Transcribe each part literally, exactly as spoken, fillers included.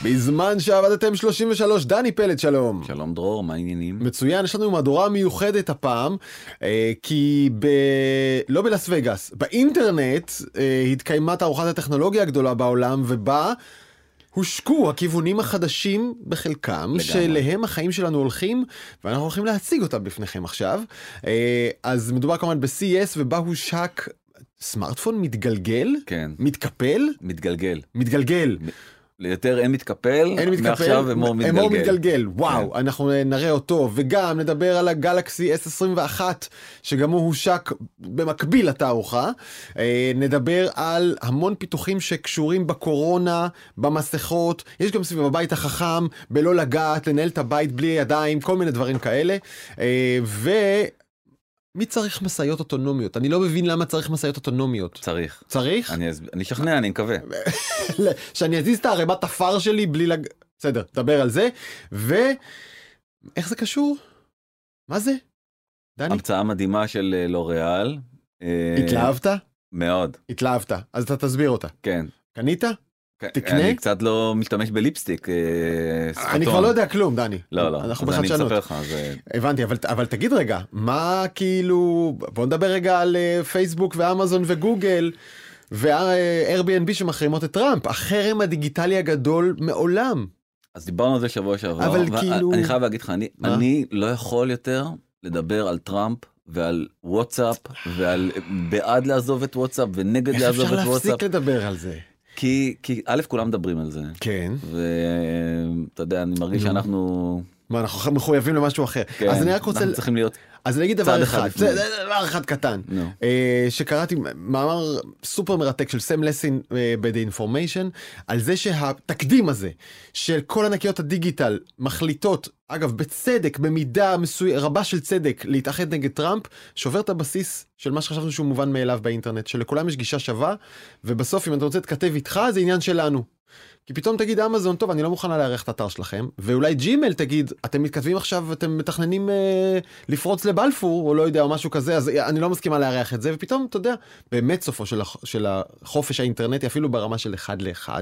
בזמן שעבדתם שלושים ושלוש, דני פלד, שלום. שלום דרור, מה העניינים? מצוין, יש לנו מהדורה מיוחדת הפעם, כי ב... לא בלס וגאס, באינטרנט התקיימה תערוכת הטכנולוגיה הגדולה בעולם, ובה הושקו הכיוונים החדשים בחלקם, לגמרי. שלהם החיים שלנו הולכים, ואנחנו הולכים להציג אותם בפניכם עכשיו. אז מדובר כמובן ב-סי אס, ובה הושק סמארטפון מתגלגל? כן. מתקפל? מתגלגל. מתגלגל. ליותר אין מתקפל, אין מתקפל, מעכשיו אמור מתגלגל. אמור מתגלגל, וואו, כן. אנחנו נראה אותו, וגם נדבר על הגלקסי אס עשרים ואחת, שגם הוא הושק במקביל לתערוכה, נדבר על המון פיתוחים שקשורים בקורונה, במסכות, יש גם סביב הבית החכם, בלא לגעת, לנהל את הבית בלי ידיים, כל מיני דברים כאלה, ו... מי צריך מסעיות אוטונומיות? אני לא מבין למה צריך מסעיות אוטונומיות. צריך. צריך? אני, אני שכנע, אני מקווה. שאני אזיז את הרמת אפר שלי בלי לג... בסדר, דבר על זה. ואיך זה קשור? מה זה? דני? המצאה מדהימה של לוריאל. התלהבת? מאוד. התלהבת. אז אתה תסביר אותה. כן. קנית? תקנה? אני קצת לא משתמש בליפסטיק. אני כבר לא יודע כלום, דני. לא, לא. אנחנו אז בחדשנות. אני מספר לך. הבנתי, אבל, אבל תגיד רגע, מה כאילו, בוא נדבר רגע על פייסבוק ואמזון וגוגל ו-Airbnb שמחרימות את טראמפ, החרם הדיגיטלי הגדול מעולם. אז דיברנו על זה שבוע שעבר. אבל כאילו... אני חייב להגיד לך, אני, אני לא יכול יותר לדבר על טראמפ ועל וואטסאפ ועל בעד לעזוב את וואטסאפ ונגד לעזוב את וואטסאפ. איך אפשר להפסיק לדבר על זה? כי, כי א', כולם מדברים על זה. כן. ואתה יודע, אני מרגיש שאנחנו... מה, אנחנו מחויבים למשהו אחר. כן, אז אני רק רוצה... אנחנו צריכים להיות... אז אני אגיד דבר אחד, זה דבר אחד קטן, no. שקראתי מאמר סופר מרתק של סם לסין ב-The Information, על זה שהתקדים הזה של כל ענקיות הדיגיטל מחליטות, אגב בצדק, במידה מסוימת, רבה של צדק, להתאחד נגד טראמפ, שובר את הבסיס של מה שחשבנו שהוא מובן מאליו באינטרנט, שלכולם יש גישה שווה, ובסוף אם אתה רוצה להתכתב איתך, זה עניין שלנו. כי פתאום תגיד אמזון, טוב, אני לא מוכנה להערך את האתר שלכם, ואולי ג'ימל תגיד, אתם מתכתבים עכשיו, אתם מתכננים אה, לפרוץ לבלפור, או לא יודע, או משהו כזה, אז אני לא מסכימה להערך את זה, ופתאום, אתה יודע, באמת סופו של, הח, של החופש האינטרנטי, אפילו ברמה של אחד לאחד,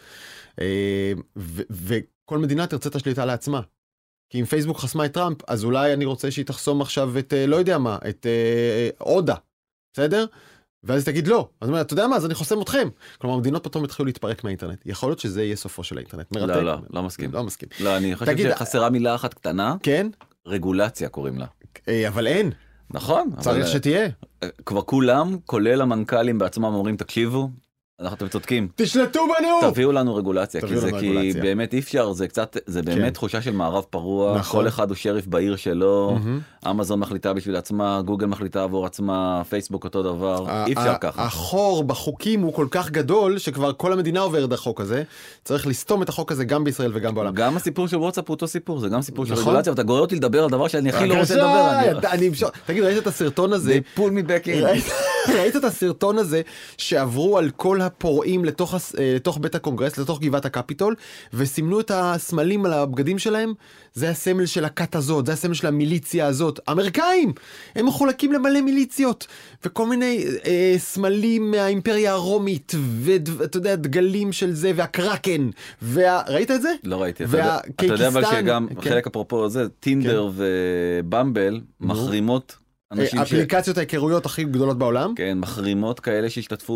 אה, ו, וכל מדינה תרצה את השליטה לעצמה. כי אם פייסבוק חסמה את טראמפ, אז אולי אני רוצה שהיא תחסום עכשיו את, אה, לא יודע מה, את אה, אודה, בסדר? ואז תגיד לא, אז אומר, אתה יודע מה, אז אני חוסם אתכם. כלומר, המדינות פתאום התחילו להתפרק מהאינטרנט. יכול להיות שזה יהיה סופו של האינטרנט. מרתק. לא, לא, לא מסכים. לא מסכים. לא, אני חושב תגיד, שחסרה מילה אחת קטנה. כן? רגולציה קוראים לה. אבל אין. נכון. צריך אבל... שתהיה. כבר כולם, כולל המנכ"לים בעצמם אומרים, תקשיבו, אנחנו אתם צודקים. תשלטו בנו! תביאו לנו רגולציה, כי זה רגולציה. כי באמת אי אפשר, זה קצת, זה באמת כן. תחושה של מערב פרוע, נכון. כל אחד הוא שריף בעיר שלו, mm-hmm. אמזון מחליטה בשביל עצמה, גוגל מחליטה עבור עצמה, פייסבוק אותו דבר, אי אפשר ככה. החור בחוקים הוא כל כך גדול, שכבר כל המדינה עוברת החוק הזה, צריך לסתום את החוק הזה גם בישראל וגם בעולם. גם הסיפור של וואטסאפ הוא אותו סיפור, זה גם סיפור של רגולציה, ואתה גורר אותי לדבר על דבר שאני הכי לא רוצה לדבר. תגיד, ראית את הסרטון הזה? pull me back in. ראית את הסרטון הזה שעברו על כל הפורעים לתוך, לתוך בית הקונגרס, לתוך גבעת הקפיטול, וסימנו את הסמלים על הבגדים שלהם? זה הסמל של הכת הזאת, זה הסמל של המיליציה הזאת. אמריקאים! הם מחולקים למלא מיליציות, וכל מיני אה, סמלים מהאימפריה הרומית, ואתה יודע, דגלים של זה, והקרקן, וה... ראית את זה? לא ראיתי. אתה יודע אבל שגם, כן. חלק אפרופו זה, טינדר כן. ובמבל מחרימות, אפליקציות ההיכרויות הכי גדולות בעולם. כן, מחרימות כאלה שהשתתפו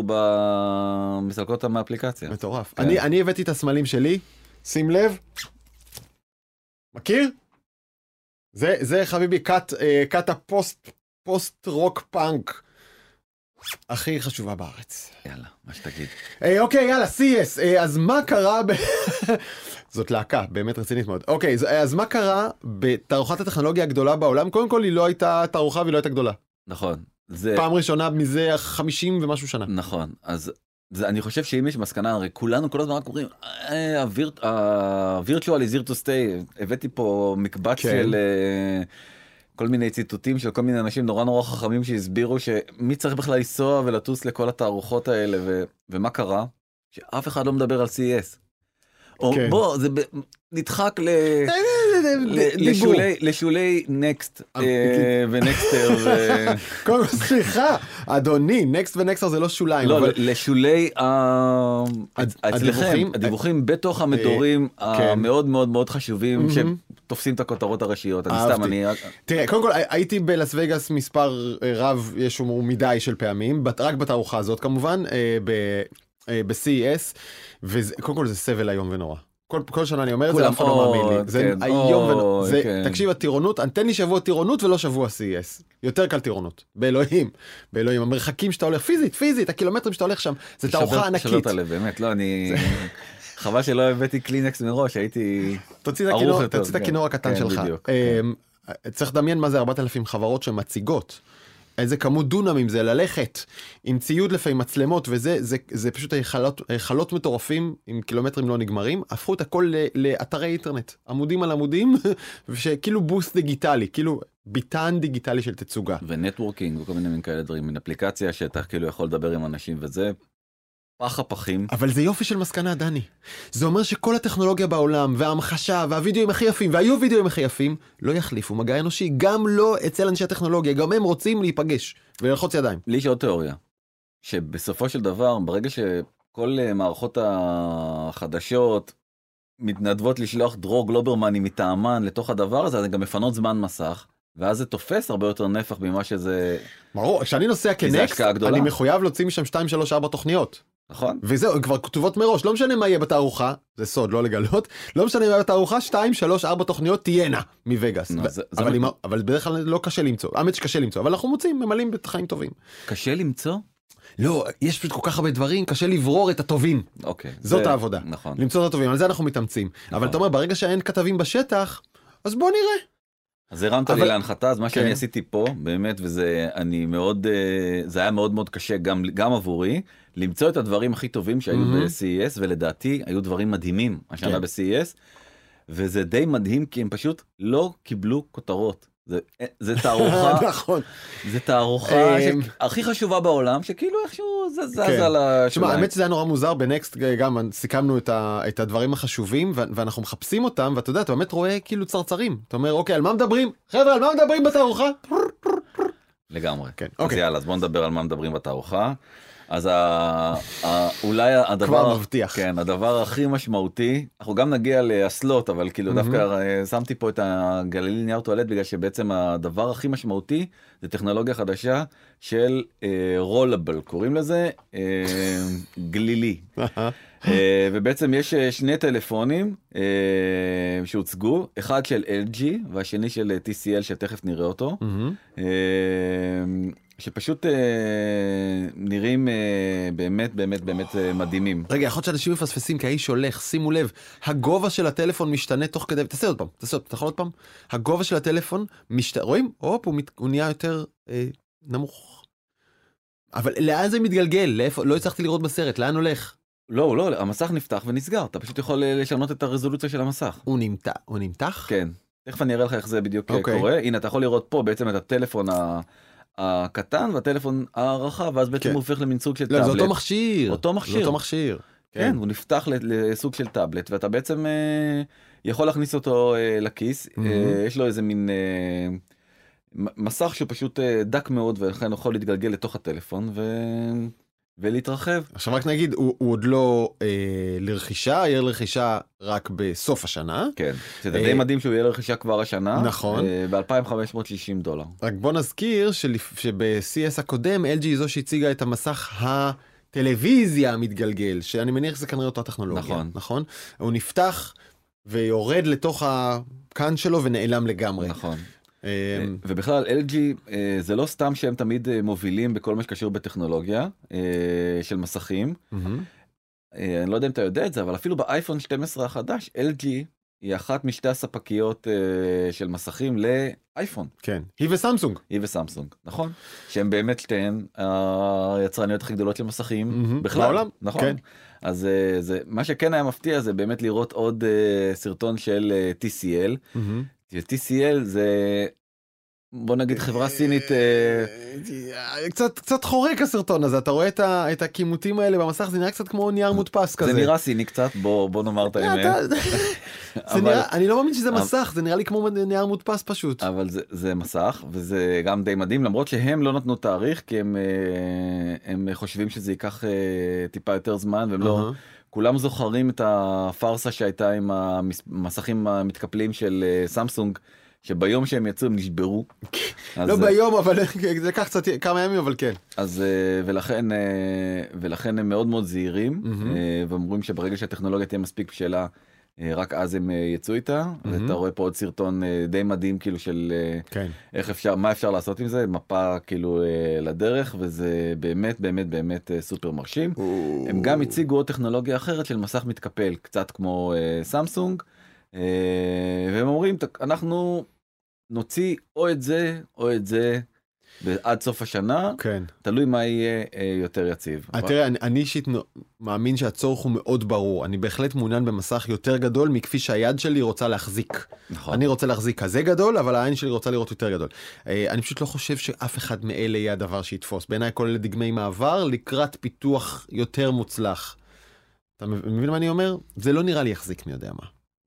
במסלקות מהאפליקציה. מטורף. אני, אני הבאתי את הסמלים שלי, שים לב. מכיר? זה, זה חביבי, קאט, קאט הפוסט, פוסט רוק פאנק. הכי חשובה בארץ. יאללה, מה שתגיד. אוקיי, יאללה, סי אס. אז מה קרה ב... זאת להקה, באמת רצינית מאוד. אוקיי, אז מה קרה בתערוכת הטכנולוגיה הגדולה בעולם? קודם כל היא לא הייתה תערוכה והיא לא הייתה גדולה. נכון. זה... פעם ראשונה מזה חמישים ומשהו שנה. נכון. אז זה, אני חושב שאם יש מסקנה, הרי כולנו כל הזמן רק קוראים, ה-virtual is here to stay. הבאתי פה מקבץ כן. של... כל מיני ציטוטים של כל מיני אנשים נורא נורא חכמים שהסבירו שמי צריך בכלל לנסוע ולטוס לכל התערוכות האלה, ו... ומה קרה? שאף אחד לא מדבר על סי אס. או בוא, זה נדחק ל... דיבור. לשולי נקסט ונקסטר. קודם כל, סליחה, אדוני, נקסט ונקסטר זה לא שוליים. לא, לשולי אצלכם, הדיווחים בתוך המדורים המאוד מאוד מאוד חשובים, שתופסים את הכותרות הראשיות. אני סתם, אני... תראה, קודם כל, הייתי בלס וגאס מספר רב, יש אומרו מדי של פעמים, רק בתערוכה הזאת כמובן, ב-סי אי אס, וקודם כל זה סבל היום ונורא. כל, כל שנה אני אומר את זה, אף אחד לא מאמין לי. זה היום ונורא. תקשיב, הטירונות, תן לי שבוע טירונות ולא שבוע סי אי אס. יותר קל טירונות. באלוהים. באלוהים. המרחקים שאתה הולך, פיזית, פיזית, הקילומטרים שאתה הולך שם, זה תערוכה ענקית. שבר את הלב, באמת. לא, אני... חבל שלא הבאתי קלינקס מראש, הייתי... תוציא את הכינור הקטן שלך. צריך לדמיין מה זה ארבעת אלפים חברות שמציגות. איזה כמות דונמים זה ללכת עם ציוד לפעמים מצלמות וזה זה זה פשוט היכלות היכלות מטורפים עם קילומטרים לא נגמרים, הפכו את הכל לאתרי אינטרנט, עמודים על עמודים, ושכאילו בוסט דיגיטלי, כאילו ביטן דיגיטלי של תצוגה ונטוורקינג וכל מיני כאלה דברים, מן אפליקציה שאתה כאילו יכול לדבר עם אנשים וזה פח הפחים. אבל זה יופי של מסקנה, דני. זה אומר שכל הטכנולוגיה בעולם, וההמחשה, והווידאוים הכי יפים, והיו וידאוים הכי יפים, לא יחליפו מגע אנושי, גם לא אצל אנשי הטכנולוגיה, גם הם רוצים להיפגש וללחוץ ידיים. לי יש עוד תיאוריה, שבסופו של דבר, ברגע שכל מערכות החדשות מתנדבות לשלוח דרור גלוברמני מטעמן לתוך הדבר הזה, אז הן גם מפנות זמן מסך, ואז זה תופס הרבה יותר נפח ממה שזה... ברור, כשאני נוסע כנקסט, אני מחויב להוציא משם שתיים, שלוש, ארבע תוכניות. נכון. וזהו, הן כבר כתובות מראש, לא משנה מה יהיה בתערוכה, זה סוד, לא לגלות, לא משנה מה יהיה בתערוכה, שתיים, שלוש, ארבע תוכניות תהיינה מווגאס. נו, ו- זה- אבל, זה- עם, אבל בדרך כלל לא קשה למצוא, האמת שקשה למצוא, אבל אנחנו מוצאים, ממלאים בחיים טובים. קשה למצוא? לא, יש פשוט כל כך הרבה דברים, קשה לברור את הטובים. אוקיי. זאת זה- העבודה. נכון. למצוא את הטובים, על זה אנחנו מתאמצים. אבל אתה אומר, ברגע שאין כתבים בשטח, אז בוא נראה. אז הרמת אבל- לי להנחתה, אז מה שאני כן. עשיתי פה, באמת, וזה, אני מאוד, אה, זה היה מאוד מאוד קשה גם, גם עבורי, למצוא את הדברים הכי טובים שהיו מהמם. ב-סי אי אס, ולדעתי היו דברים מדהימים השנה כן. ב-סי אי אס, וזה די מדהים, כי הם פשוט לא קיבלו כותרות. זה, זה תערוכה, נכון. זה תערוכה אמ, הכי חשובה בעולם, שכאילו איכשהו זה זז כן. על תשמע, השוליים. האמת שזה היה נורא מוזר, בנקסט גם סיכמנו את, ה, את הדברים החשובים, ו- ואנחנו מחפשים אותם, ואתה יודע, אתה באמת רואה כאילו צרצרים. אתה אומר, אוקיי, על מה מדברים? חבר'ה, על מה מדברים בתערוכה? לגמרי. כן, אז אוקיי. יאללה, אז בוא נדבר על מה מדברים בתערוכה. אז ה... ה... אולי הדבר... כבר מבטיח. כן, הדבר הכי משמעותי, אנחנו גם נגיע לאסלות, אבל כאילו מהמם. דווקא אה, שמתי פה את הגליל נייר טואלט, בגלל שבעצם הדבר הכי משמעותי זה טכנולוגיה חדשה של רולאבל, קוראים לזה אה, גלילי. אה, ובעצם יש אה, שני טלפונים אה, שהוצגו, אחד של אל ג'י והשני של אה, טי סי אל שתכף נראה אותו. מהמם. אה, שפשוט אה, נראים אה, באמת באמת באמת אה, מדהימים. רגע, יכול להיות שאנשים מפספסים, כי האיש הולך, שימו לב, הגובה של הטלפון משתנה תוך כדי, תעשה עוד פעם, תעשה עוד פעם, אתה יכול עוד פעם? הגובה של הטלפון משתנה, רואים? הופ, הוא, מת, הוא נהיה יותר אה, נמוך. אבל לאן זה מתגלגל? לאיפה? לא הצלחתי לראות בסרט, לאן הולך? לא, לא, המסך נפתח ונסגר, אתה פשוט יכול אה, לשנות את הרזולוציה של המסך. הוא נמתח? הוא נמתח? כן, תכף אני אראה לך איך זה בדיוק אוקיי. okay. קורה. הנה, אתה יכול לראות פה בעצם את הטלפון ה... הקטן והטלפון הרחב, ואז בעצם כן. הוא הופך למין סוג של לא, טאבלט. זה אותו מכשיר. אותו זה מכשיר. אותו מכשיר. כן, הוא נפתח ל- לסוג של טאבלט, ואתה בעצם אה, יכול להכניס אותו אה, לכיס. מהמם. אה, יש לו איזה מין אה, מ- מסך שהוא פשוט אה, דק מאוד, ולכן יכול להתגלגל לתוך הטלפון ו... ולהתרחב. עכשיו רק נגיד, הוא, הוא עוד לא אה, לרכישה, יהיה לרכישה רק בסוף השנה. כן, זה אה, די מדהים שהוא יהיה לרכישה כבר השנה. נכון. אה, ב-אלפיים וחמש מאות ושישים דולר. רק בוא נזכיר שלפ... שב-סי אס הקודם, אל ג'י היא זו שהציגה את המסך הטלוויזיה המתגלגל, שאני מניח שזה כנראה אותה טכנולוגיה. נכון. נכון? הוא נפתח ויורד לתוך הקאן שלו ונעלם לגמרי. נכון. אה, ובכלל אל ג'י זה לא סתם שהם תמיד אה, מובילים בכל מה שקשור בטכנולוגיה אה, של מסכים. מהמם. אה, אני לא יודע אם אתה יודע את זה, אבל אפילו באייפון שתים עשרה החדש, אל ג'י היא אחת משתי הספקיות אה, של מסכים לאייפון, כן. היא וסמסונג. היא וסמסונג, נכון? שהם באמת שתיהן היצרניות הכי גדולות של מסכים מהמם. בכלל, בעולם. נכון? כן. אז אה, זה, מה שכן היה מפתיע זה באמת לראות עוד אה, סרטון של אה, טי סי אל. מהמם. טי סי אל זה בוא נגיד חברה סינית, קצת קצת חורק הסרטון הזה, אתה רואה את הכימותים האלה במסך, זה נראה קצת כמו נייר מודפס כזה. זה נראה סיני קצת, בוא נאמר את האמת. אני לא מאמין שזה מסך, זה נראה לי כמו נייר מודפס פשוט. אבל זה מסך, וזה גם די מדהים, למרות שהם לא נתנו תאריך, כי הם חושבים שזה ייקח טיפה יותר זמן, והם לא... כולם זוכרים את הפרסה שהייתה עם המסכים המתקפלים של סמסונג, שביום שהם יצאו הם נשברו. לא ביום, אבל זה לקח קצת כמה ימים, אבל כן. אז ולכן, ולכן הם מאוד מאוד זהירים, ואומרים שברגע שהטכנולוגיה תהיה מספיק בשלה, רק אז הם יצאו איתה. ואתה רואה פה עוד סרטון די מדהים, כאילו של איך אפשר, מה אפשר לעשות עם זה, מפה כאילו לדרך, וזה באמת באמת באמת סופר מרשים. הם גם הציגו עוד טכנולוגיה אחרת של מסך מתקפל, קצת כמו סמסונג, והם אומרים, אנחנו נוציא או את זה או את זה עד סוף השנה, כן. תלוי מה יהיה יותר יציב. תראה, אני אישית מאמין שהצורך הוא מאוד ברור, אני בהחלט מעוניין במסך יותר גדול מכפי שהיד שלי רוצה להחזיק. נכון. אני רוצה להחזיק כזה גדול, אבל העין שלי רוצה לראות יותר גדול. אני פשוט לא חושב שאף אחד מאלה יהיה הדבר שיתפוס. בעיניי כל אלה דגמי מעבר לקראת פיתוח יותר מוצלח. אתה מבין מה אני אומר? זה לא נראה לי יחזיק מי יודע מה.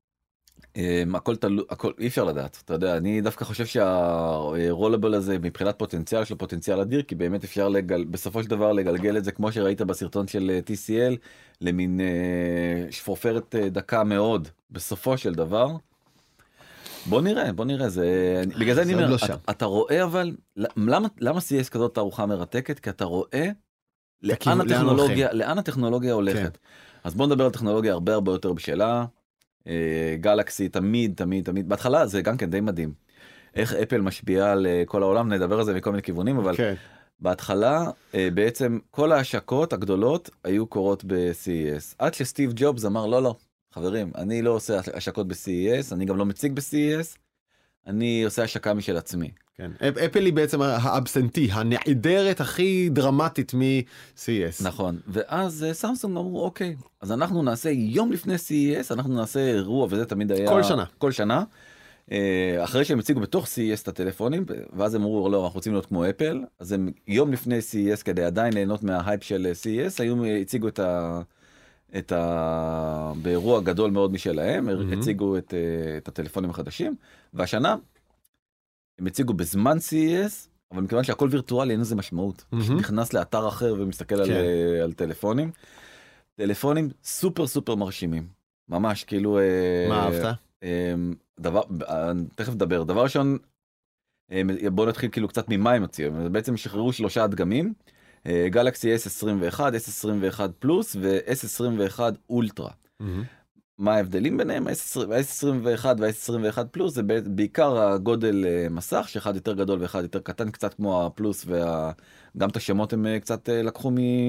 הכל תלוי, הכל אי אפשר לדעת, אתה יודע, אני דווקא חושב שהרולבל הזה מבחינת פוטנציאל של פוטנציאל אדיר, כי באמת אפשר לגל, בסופו של דבר לגלגל את זה כמו שראית בסרטון של טי סי אל, למין שפורפרת דקה מאוד, בסופו של דבר. בוא נראה, בוא נראה, זה, בגלל זה אני אומר, אתה רואה אבל, למה, למה סי אס כזאת תערוכה מרתקת? כי אתה רואה לאן הטכנולוגיה, לאן הטכנולוגיה הולכת. אז בוא נדבר על טכנולוגיה הרבה הרבה יותר בשלה. גלקסי תמיד תמיד תמיד בהתחלה זה גם כן די מדהים איך אפל משפיעה על כל העולם, נדבר על זה מכל מיני כיוונים, אבל okay. בהתחלה בעצם כל ההשקות הגדולות היו קורות ב-סי אי אס, עד שסטיב ג'ובס אמר לא לא חברים, אני לא עושה השקות ב-סי אי אס, אני גם לא מציג ב-סי אי אס, אני עושה השקה משל עצמי. כן. אפל היא בעצם האבסנטי, הנעדרת הכי דרמטית מ-סי אי אס. נכון, ואז סמסונג אמרו, אוקיי, אז אנחנו נעשה יום לפני סי אי אס, אנחנו נעשה אירוע, וזה תמיד היה... כל שנה. כל שנה. אחרי שהם הציגו בתוך סי אי אס את הטלפונים, ואז הם אמרו, לא, אנחנו רוצים להיות כמו אפל, אז הם יום לפני סי אי אס, כדי עדיין ליהנות מההייפ של סי אי אס, היו הציגו את ה... את ה... באירוע גדול מאוד משלהם, mm-hmm. הציגו את, את הטלפונים החדשים, והשנה הם הציגו בזמן סי אי אס, אבל מכיוון שהכל וירטואלי, אין לזה משמעות. Mm-hmm. נכנס לאתר אחר ומסתכל כן. על, על טלפונים. טלפונים סופר סופר מרשימים. ממש, כאילו... מה אהבת? דבר, תכף דבר. דבר ראשון, בואו נתחיל כאילו קצת ממה הם הציעו. בעצם שחררו שלושה דגמים. גלקסי אס עשרים ואחת, אס עשרים ואחת פלוס ו-אס עשרים ואחת אולטרה. מה ההבדלים ביניהם? ה-אס עשרים ואחת וה-אס עשרים ואחת פלוס זה בעיקר הגודל מסך, שאחד יותר גדול ואחד יותר קטן, קצת כמו הפלוס, וגם את השמות הם קצת לקחו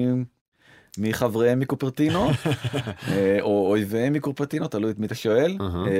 מחבריהם מקופרטינו, או אויביהם מקופרטינו, תלוי את מי אתה שואל.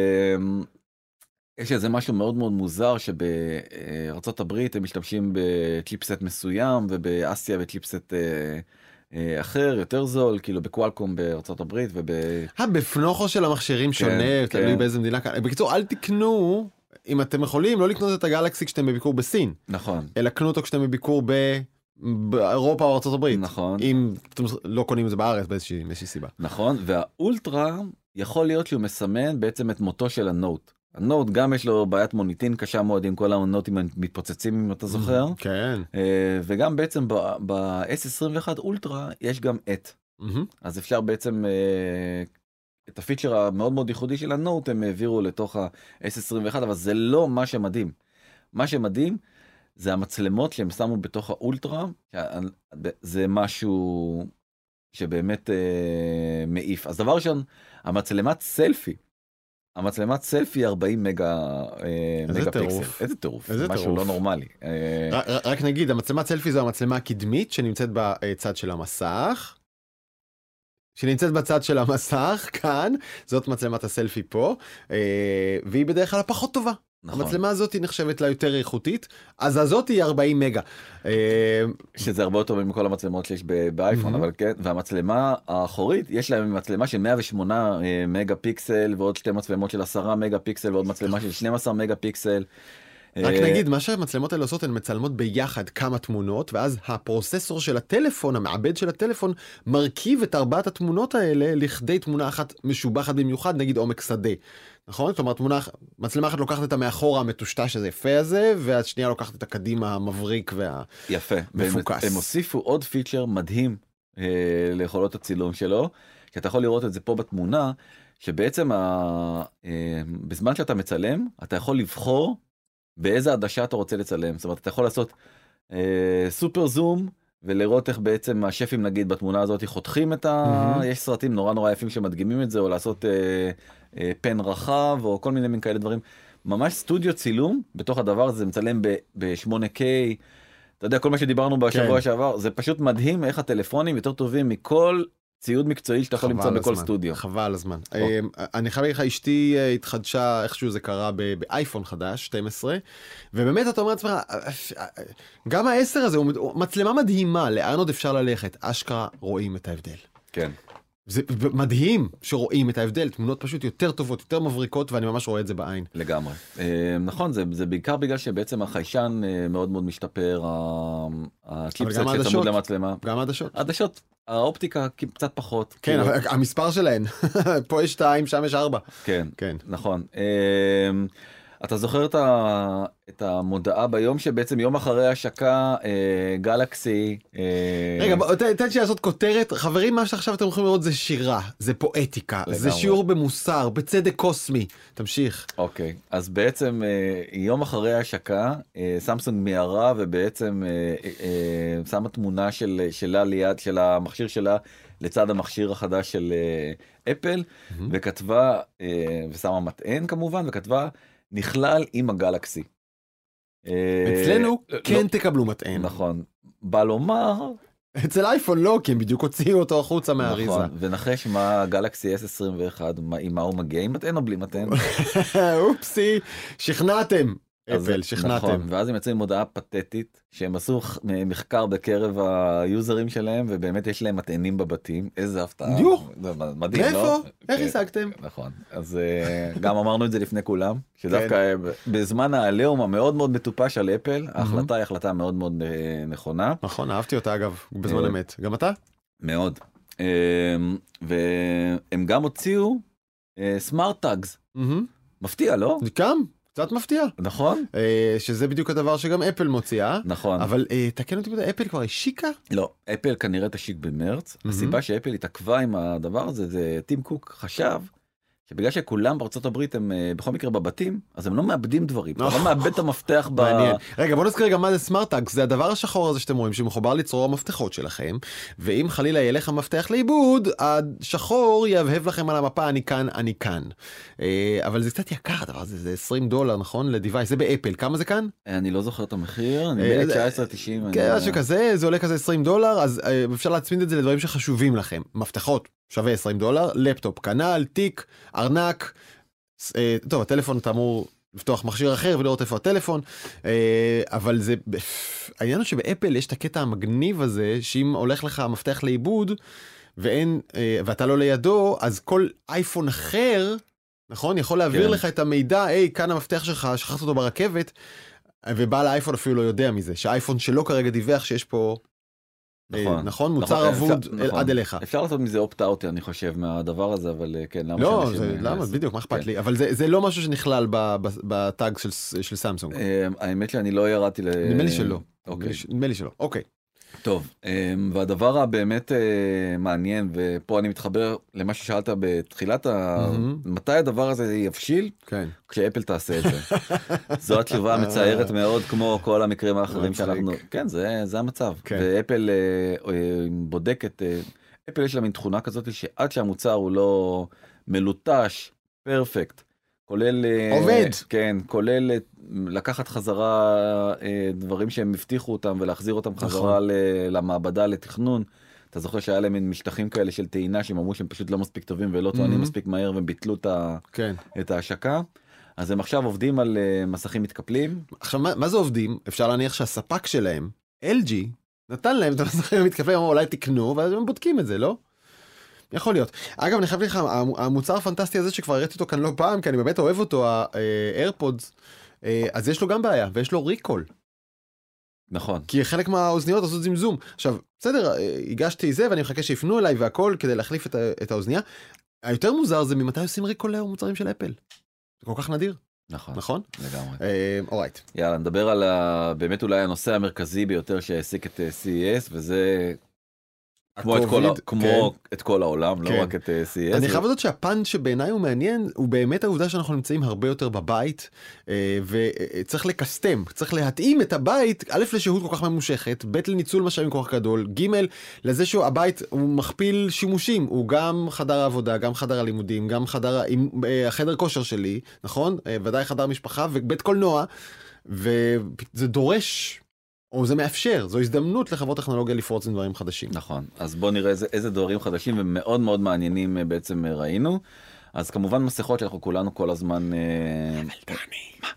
יש איזה משהו מאוד מאוד מוזר שבארצות הברית הם משתמשים בצ'יפסט מסוים, ובאסיה בצ'יפסט אחר, יותר זול, כאילו בקואלקום בארצות הברית וב... אה, בפנוכו של המכשירים שונה, תלוי באיזה מדינה כאן. בקיצור, אל תקנו, אם אתם יכולים, לא לקנות את הגלקסי כשאתם בביקור בסין. נכון. אלא קנו אותו כשאתם בביקור באירופה או ארצות הברית. נכון. אם אתם לא קונים את זה בארץ באיזושהי סיבה. נכון, והאולטרה יכול להיות שהוא מסמן בעצם את מותו של הנוט. הנוט גם יש לו בעיית מוניטין קשה מאוד, עם כל הנוטים מתפוצצים, אם אתה זוכר. כן. וגם בעצם ב-אס עשרים ואחת אולטרה יש גם את. אז אפשר בעצם את הפיצ'ר המאוד מאוד ייחודי של הנוט הם העבירו לתוך ה-אס עשרים ואחת, אבל זה לא מה שמדהים. מה שמדהים זה המצלמות שהם שמו בתוך האולטרה, זה משהו שבאמת מעיף. אז דבר ראשון, המצלמת סלפי, המצלמת סלפי ארבעים מגה פיקסל. איזה טירוף. זה משהו לא נורמלי. רק נגיד, המצלמת סלפי זו המצלמה הקדמית שנמצאת בצד של המסך. שנמצאת בצד של המסך כאן, זאת מצלמת הסלפי פה, והיא בדרך כלל פחות טובה. המצלמה הזאת היא נחשבת לה יותר איכותית, אז הזאת היא ארבעים מגה. שזה הרבה יותר מכל המצלמות שיש באייפון, אבל כן, והמצלמה האחורית, יש להם מצלמה של מאה ושמונה מגה פיקסל, ועוד שתי מצלמות של עשרה מגה פיקסל, ועוד מצלמה של שנים עשר מגה פיקסל. רק נגיד, מה שהמצלמות האלה עושות, הן מצלמות ביחד כמה תמונות, ואז הפרוססור של הטלפון, המעבד של הטלפון, מרכיב את ארבעת התמונות האלה לכדי תמונה אחת משובחת במיוחד, נגיד עומק שדה. נכון? זאת אומרת, תמונה, מצלמה אחת לוקחת את המאחורה המטושטש הזה יפה הזה, והשנייה לוקחת את הקדימה המבריק והמפוקס. יפה. והם הוסיפו עוד פיצ'ר מדהים אה, ליכולות הצילום שלו, כי אתה יכול לראות את זה פה בתמונה, שבעצם ה... אה, בזמן שאתה מצלם, אתה יכול לבחור באיזה עדשה אתה רוצה לצלם. זאת אומרת, אתה יכול לעשות אה, סופר זום, ולראות איך בעצם השפים נגיד בתמונה הזאת חותכים את ה... Mm-hmm. יש סרטים נורא נורא יפים שמדגימים את זה, או לעשות אה, אה, פן רחב, או כל מיני מין כאלה דברים. ממש סטודיו צילום, בתוך הדבר הזה, זה מצלם ב-שמונה קיי, אתה יודע, כל מה שדיברנו בשבוע כן. שעבר, זה פשוט מדהים איך הטלפונים יותר טובים מכל ציוד מקצועי שאתה יכול למצוא בכל הזמן. סטודיו. חבל הזמן. אני חייב להגיד לך, אשתי התחדשה, איכשהו זה קרה באייפון חדש, שתים עשרה, ובאמת אתה אומר לעצמך, גם ה-עשר הזה הוא מצלמה מדהימה, לאן עוד אפשר ללכת? אשכרה רואים את ההבדל. כן. זה מדהים שרואים את ההבדל, תמונות פשוט יותר טובות, יותר מבריקות, ואני ממש רואה את זה בעין. לגמרי. נכון, זה, זה בעיקר בגלל שבעצם החיישן מאוד מאוד משתפר, הצ'יפסט שצמוד למצלמה. גם העדשות. העדשות, האופטיקה קצת פחות. כן, כאילו... המספר שלהן, פה יש שתיים, שם יש ארבע. כן, כן. נכון. אתה זוכר את, ה... את המודעה ביום שבעצם יום אחרי השקה אה, גלקסי אה... רגע בוא, תן לי לעשות כותרת. חברים, מה שעכשיו אתם יכולים לראות זה שירה, זה פואטיקה, לגמרי. זה שיעור במוסר, בצדק קוסמי. תמשיך. אוקיי, אז בעצם אה, יום אחרי השקה אה, סמסונג מיהרה ובעצם אה, אה, שמה תמונה של, שלה ליד של המכשיר שלה לצד המכשיר החדש של אה, אפל mm-hmm. וכתבה אה, ושמה מטען כמובן וכתבה נכלל עם הגלקסי. אצלנו כן תקבלו מטען. נכון. בא לומר... אצל אייפון לא, כי הם בדיוק הוציאו אותו החוצה מהאריזה. נכון, ונחש מה הגלקסי אס עשרים ואחת, עם מה הוא מגיע, עם מטען או בלי מטען? אופסי, שכנעתם. אפל, שכנעתם. נכון, ואז הם יוצאים מודעה פתטית, שהם עשו מחקר בקרב היוזרים שלהם, ובאמת יש להם מטענים בבתים, איזה הפתעה. דיו, מדהים, לא? איפה? איך השגתם? נכון, אז גם אמרנו את זה לפני כולם, שדווקא בזמן העליהום המאוד מאוד מטופש על אפל, ההחלטה היא החלטה מאוד מאוד נכונה. נכון, אהבתי אותה אגב, בזמן אמת. גם אתה? מאוד. והם גם הוציאו סמארט טאגס. מפתיע, לא? גם. קצת מפתיע. נכון. שזה בדיוק הדבר שגם אפל מוציאה. נכון. אבל תקן אותי, אפל כבר השיקה? לא, אפל כנראה תשיק במרץ. הסיבה שאפל התעכבה עם הדבר הזה, זה טים קוק חשב, שבגלל שכולם בארצות הברית הם בכל מקרה בבתים, אז הם לא מאבדים דברים. אתה לא מאבד את המפתח ב... מעניין. רגע, בוא נזכיר גם מה זה סמארט-טאג. זה הדבר השחור הזה שאתם רואים, שמחובר לצרור המפתחות שלכם, ואם חלילה ילך המפתח לאיבוד, השחור יהבהב לכם על המפה, אני כאן, אני כאן. אבל זה קצת יקר הדבר הזה, זה עשרים דולר, נכון? לדיווייס, זה באפל. כמה זה כאן? אני לא זוכר את המחיר, אני בין תשע עשרה תשעים. כן, משהו כזה, זה עולה כזה עשרים דולר, אז אפשר להצמיד את זה לדברים שחשובים לכם. מפתחות שווה עשרים דולר, לפטופ כנל, תיק, ארנק, אה, טוב, הטלפון אתה אמור לפתוח מכשיר אחר ולראות איפה הטלפון, אה, אבל זה, העניין הוא שבאפל יש את הקטע המגניב הזה, שאם הולך לך המפתח לאיבוד, ואין, אה, ואתה לא לידו, אז כל אייפון אחר, נכון, יכול להעביר כן. לך את המידע, היי, כאן המפתח שלך, שכחת אותו ברכבת, ובעל האייפון אפילו לא יודע מזה, שהאייפון שלו כרגע דיווח שיש פה, נכון, נכון, מוצר אבוד עד אליך. אפשר לעשות מזה אופט-אאוט, אני חושב, מהדבר הזה, אבל כן, למה לא, למה, בדיוק, מה אכפת לי? אבל זה לא משהו שנכלל בטאג של סמסונג. האמת שאני לא ירדתי ל... נדמה לי שלא. נדמה לי שלא, אוקיי. טוב, והדבר הבאמת מעניין, ופה אני מתחבר למה ששאלת בתחילת, מתי הדבר הזה יבשיל? כן. כשאפל תעשה את זה. זו התשובה המצערת מאוד, כמו כל המקרים האחרים שאנחנו... כן, זה המצב. ואפל בודקת, אפל יש לה מין תכונה כזאת, שעד שהמוצר הוא לא מלוטש, פרפקט, כולל... עובד. כן, כולל לקחת חזרה דברים שהם הבטיחו אותם, ולהחזיר אותם חזרה למעבדה לתכנון. אתה זוכר שהיה להם מין משטחים כאלה של טעינה, שהם אמרו שהם פשוט לא מספיק טובים, ולא טוענים מספיק מהר, וביטלו את ההשקה. אז הם עכשיו עובדים על מסכים מתקפלים. עכשיו, מה זה עובדים? אפשר להניח שהספק שלהם, אל ג'י, נתן להם את המסכים המתקפלים, אמרו, אולי תקנו, ואז הם בודקים את זה, לא? יכול להיות. אגב, אני חייב לך, המוצר הפנטסטי הזה שכבר הראיתי אותו כאן לא פעם, כי אני באמת אוהב אותו, ה-AirPods, אז יש לו גם בעיה, ויש לו ריקול. נכון. כי חלק מהאוזניות עשו זמזום. עכשיו, בסדר, הגשתי זה, ואני מחכה שיפנו אליי והכל, כדי להחליף את, את האוזניה. היותר מוזר זה ממתי עושים ריקול למוצרים של אפל. זה כל כך נדיר. נכון. נכון? לגמרי. אורייט. יאללה, נדבר על ה... באמת אולי הנושא המרכזי ביותר שהעסיק את סי אי אס, וזה... כמו, את כל, כמו כן. את כל העולם, כן. לא רק את סי אי אס. אני חייב לדעת שהפן שבעיניי הוא מעניין, הוא באמת העובדה שאנחנו נמצאים הרבה יותר בבית, וצריך לקסטם, צריך להתאים את הבית, א' לשהות כל כך ממושכת, ב' לניצול משאבים כל כך גדול, ג' לזה שהבית הוא מכפיל שימושים, הוא גם חדר העבודה, גם חדר הלימודים, גם חדר, החדר כושר שלי, נכון? ודאי חדר משפחה, ובית קולנוע, וזה דורש... או זה מאפשר, זו הזדמנות לחברות טכנולוגיה לפרוץ עם דברים חדשים. נכון, אז בואו נראה איזה, איזה דברים חדשים ומאוד מאוד מעניינים בעצם ראינו. אז כמובן מסכות שאנחנו כולנו כל הזמן... אבל דני, מה?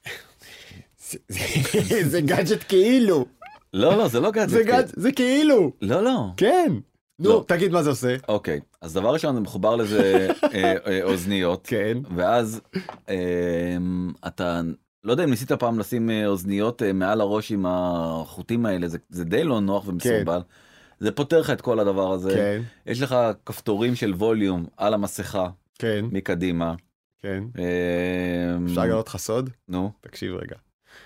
זה גאדג'ט כאילו. לא, לא, זה לא גאדג'ט. זה כאילו. לא, לא. כן. נו, תגיד מה זה עושה. אוקיי, אז דבר ראשון, זה מחובר לזה אוזניות. כן. ואז אתה... לא יודע אם ניסית פעם לשים אוזניות מעל הראש עם החוטים האלה, זה, זה די לא נוח ומסורבל. כן. זה פותר לך את כל הדבר הזה. כן. יש לך כפתורים של ווליום על המסכה. כן. מקדימה. כן. אפשר לגלות לך סוד? נו. תקשיב רגע.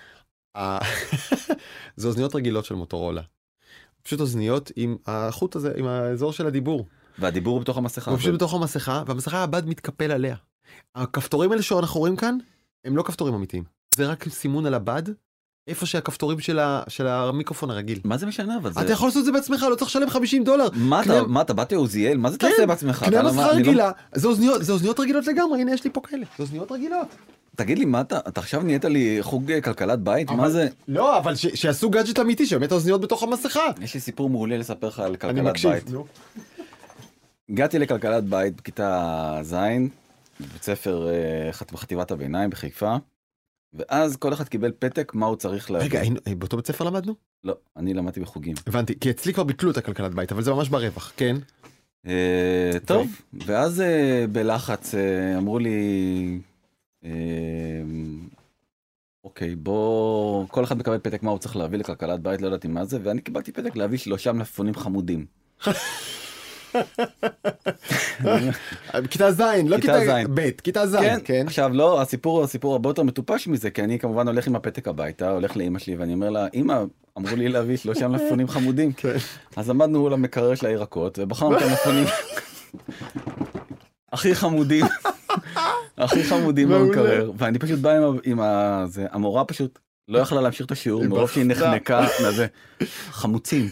זה אוזניות רגילות של מוטורולה. פשוט אוזניות עם החוט הזה, עם האזור של הדיבור. והדיבור הוא בתוך המסכה. הוא פשוט בתוך המסכה, והמסכה הבד מתקפל עליה. הכפתורים האלה שאנחנו רואים כאן, הם לא כפתורים אמיתיים. זה רק סימון על הבד, איפה שהכפתורים של, ה, של המיקרופון הרגיל. מה זה משנה? אבל זה... אתה יכול לעשות את זה בעצמך, לא צריך לשלם חמישים דולר. מה אתה, מה אתה, באתי עוזיאל? מה זה תעשה בעצמך? קנה מסחר רגילה, זה אוזניות, זה אוזניות רגילות לגמרי, הנה יש לי פה כאלה, זה אוזניות רגילות. תגיד לי, מה אתה, אתה עכשיו נהיית לי חוג כלכלת בית? מה זה? לא, אבל שיעשו גאדג'ט אמיתי, שבאמת האוזניות בתוך המסכה. יש לי סיפור מעולה לספר לך על כלכלת בית. הגעתי לכלכלת בית בכיתה ז', בבית ספר בחטיבת הביניים בחיפה. ואז כל אחד קיבל פתק מה הוא צריך להביא. רגע, באותו בית ספר למדנו? לא, אני למדתי בחוגים. הבנתי, כי אצלי כבר ביטלו את הכלכלת בית, אבל זה ממש ברווח, כן? טוב, ואז בלחץ אמרו לי, אוקיי, בוא, כל אחד מקבל פתק מה הוא צריך להביא לכלכלת בית, לא ידעתי מה זה, ואני קיבלתי פתק להביא שלושה מלפפונים חמודים. כיתה זין, לא כיתה ב', כיתה זין, כן. עכשיו לא, הסיפור הסיפור הרבה יותר מטופש מזה, כי אני כמובן הולך עם הפתק הביתה, הולך לאמא שלי ואני אומר לה, אמא, אמרו לי להביא שלושה מלפפונים חמודים. אז עמדנו מול המקרר של הירקות ובחרנו את המלפפונים הכי חמודים, הכי חמודים במקרר, ואני פשוט בא עם זה, המורה פשוט לא יכלה להמשיך את השיעור, מרוב שהיא נחנקה, חמוצים.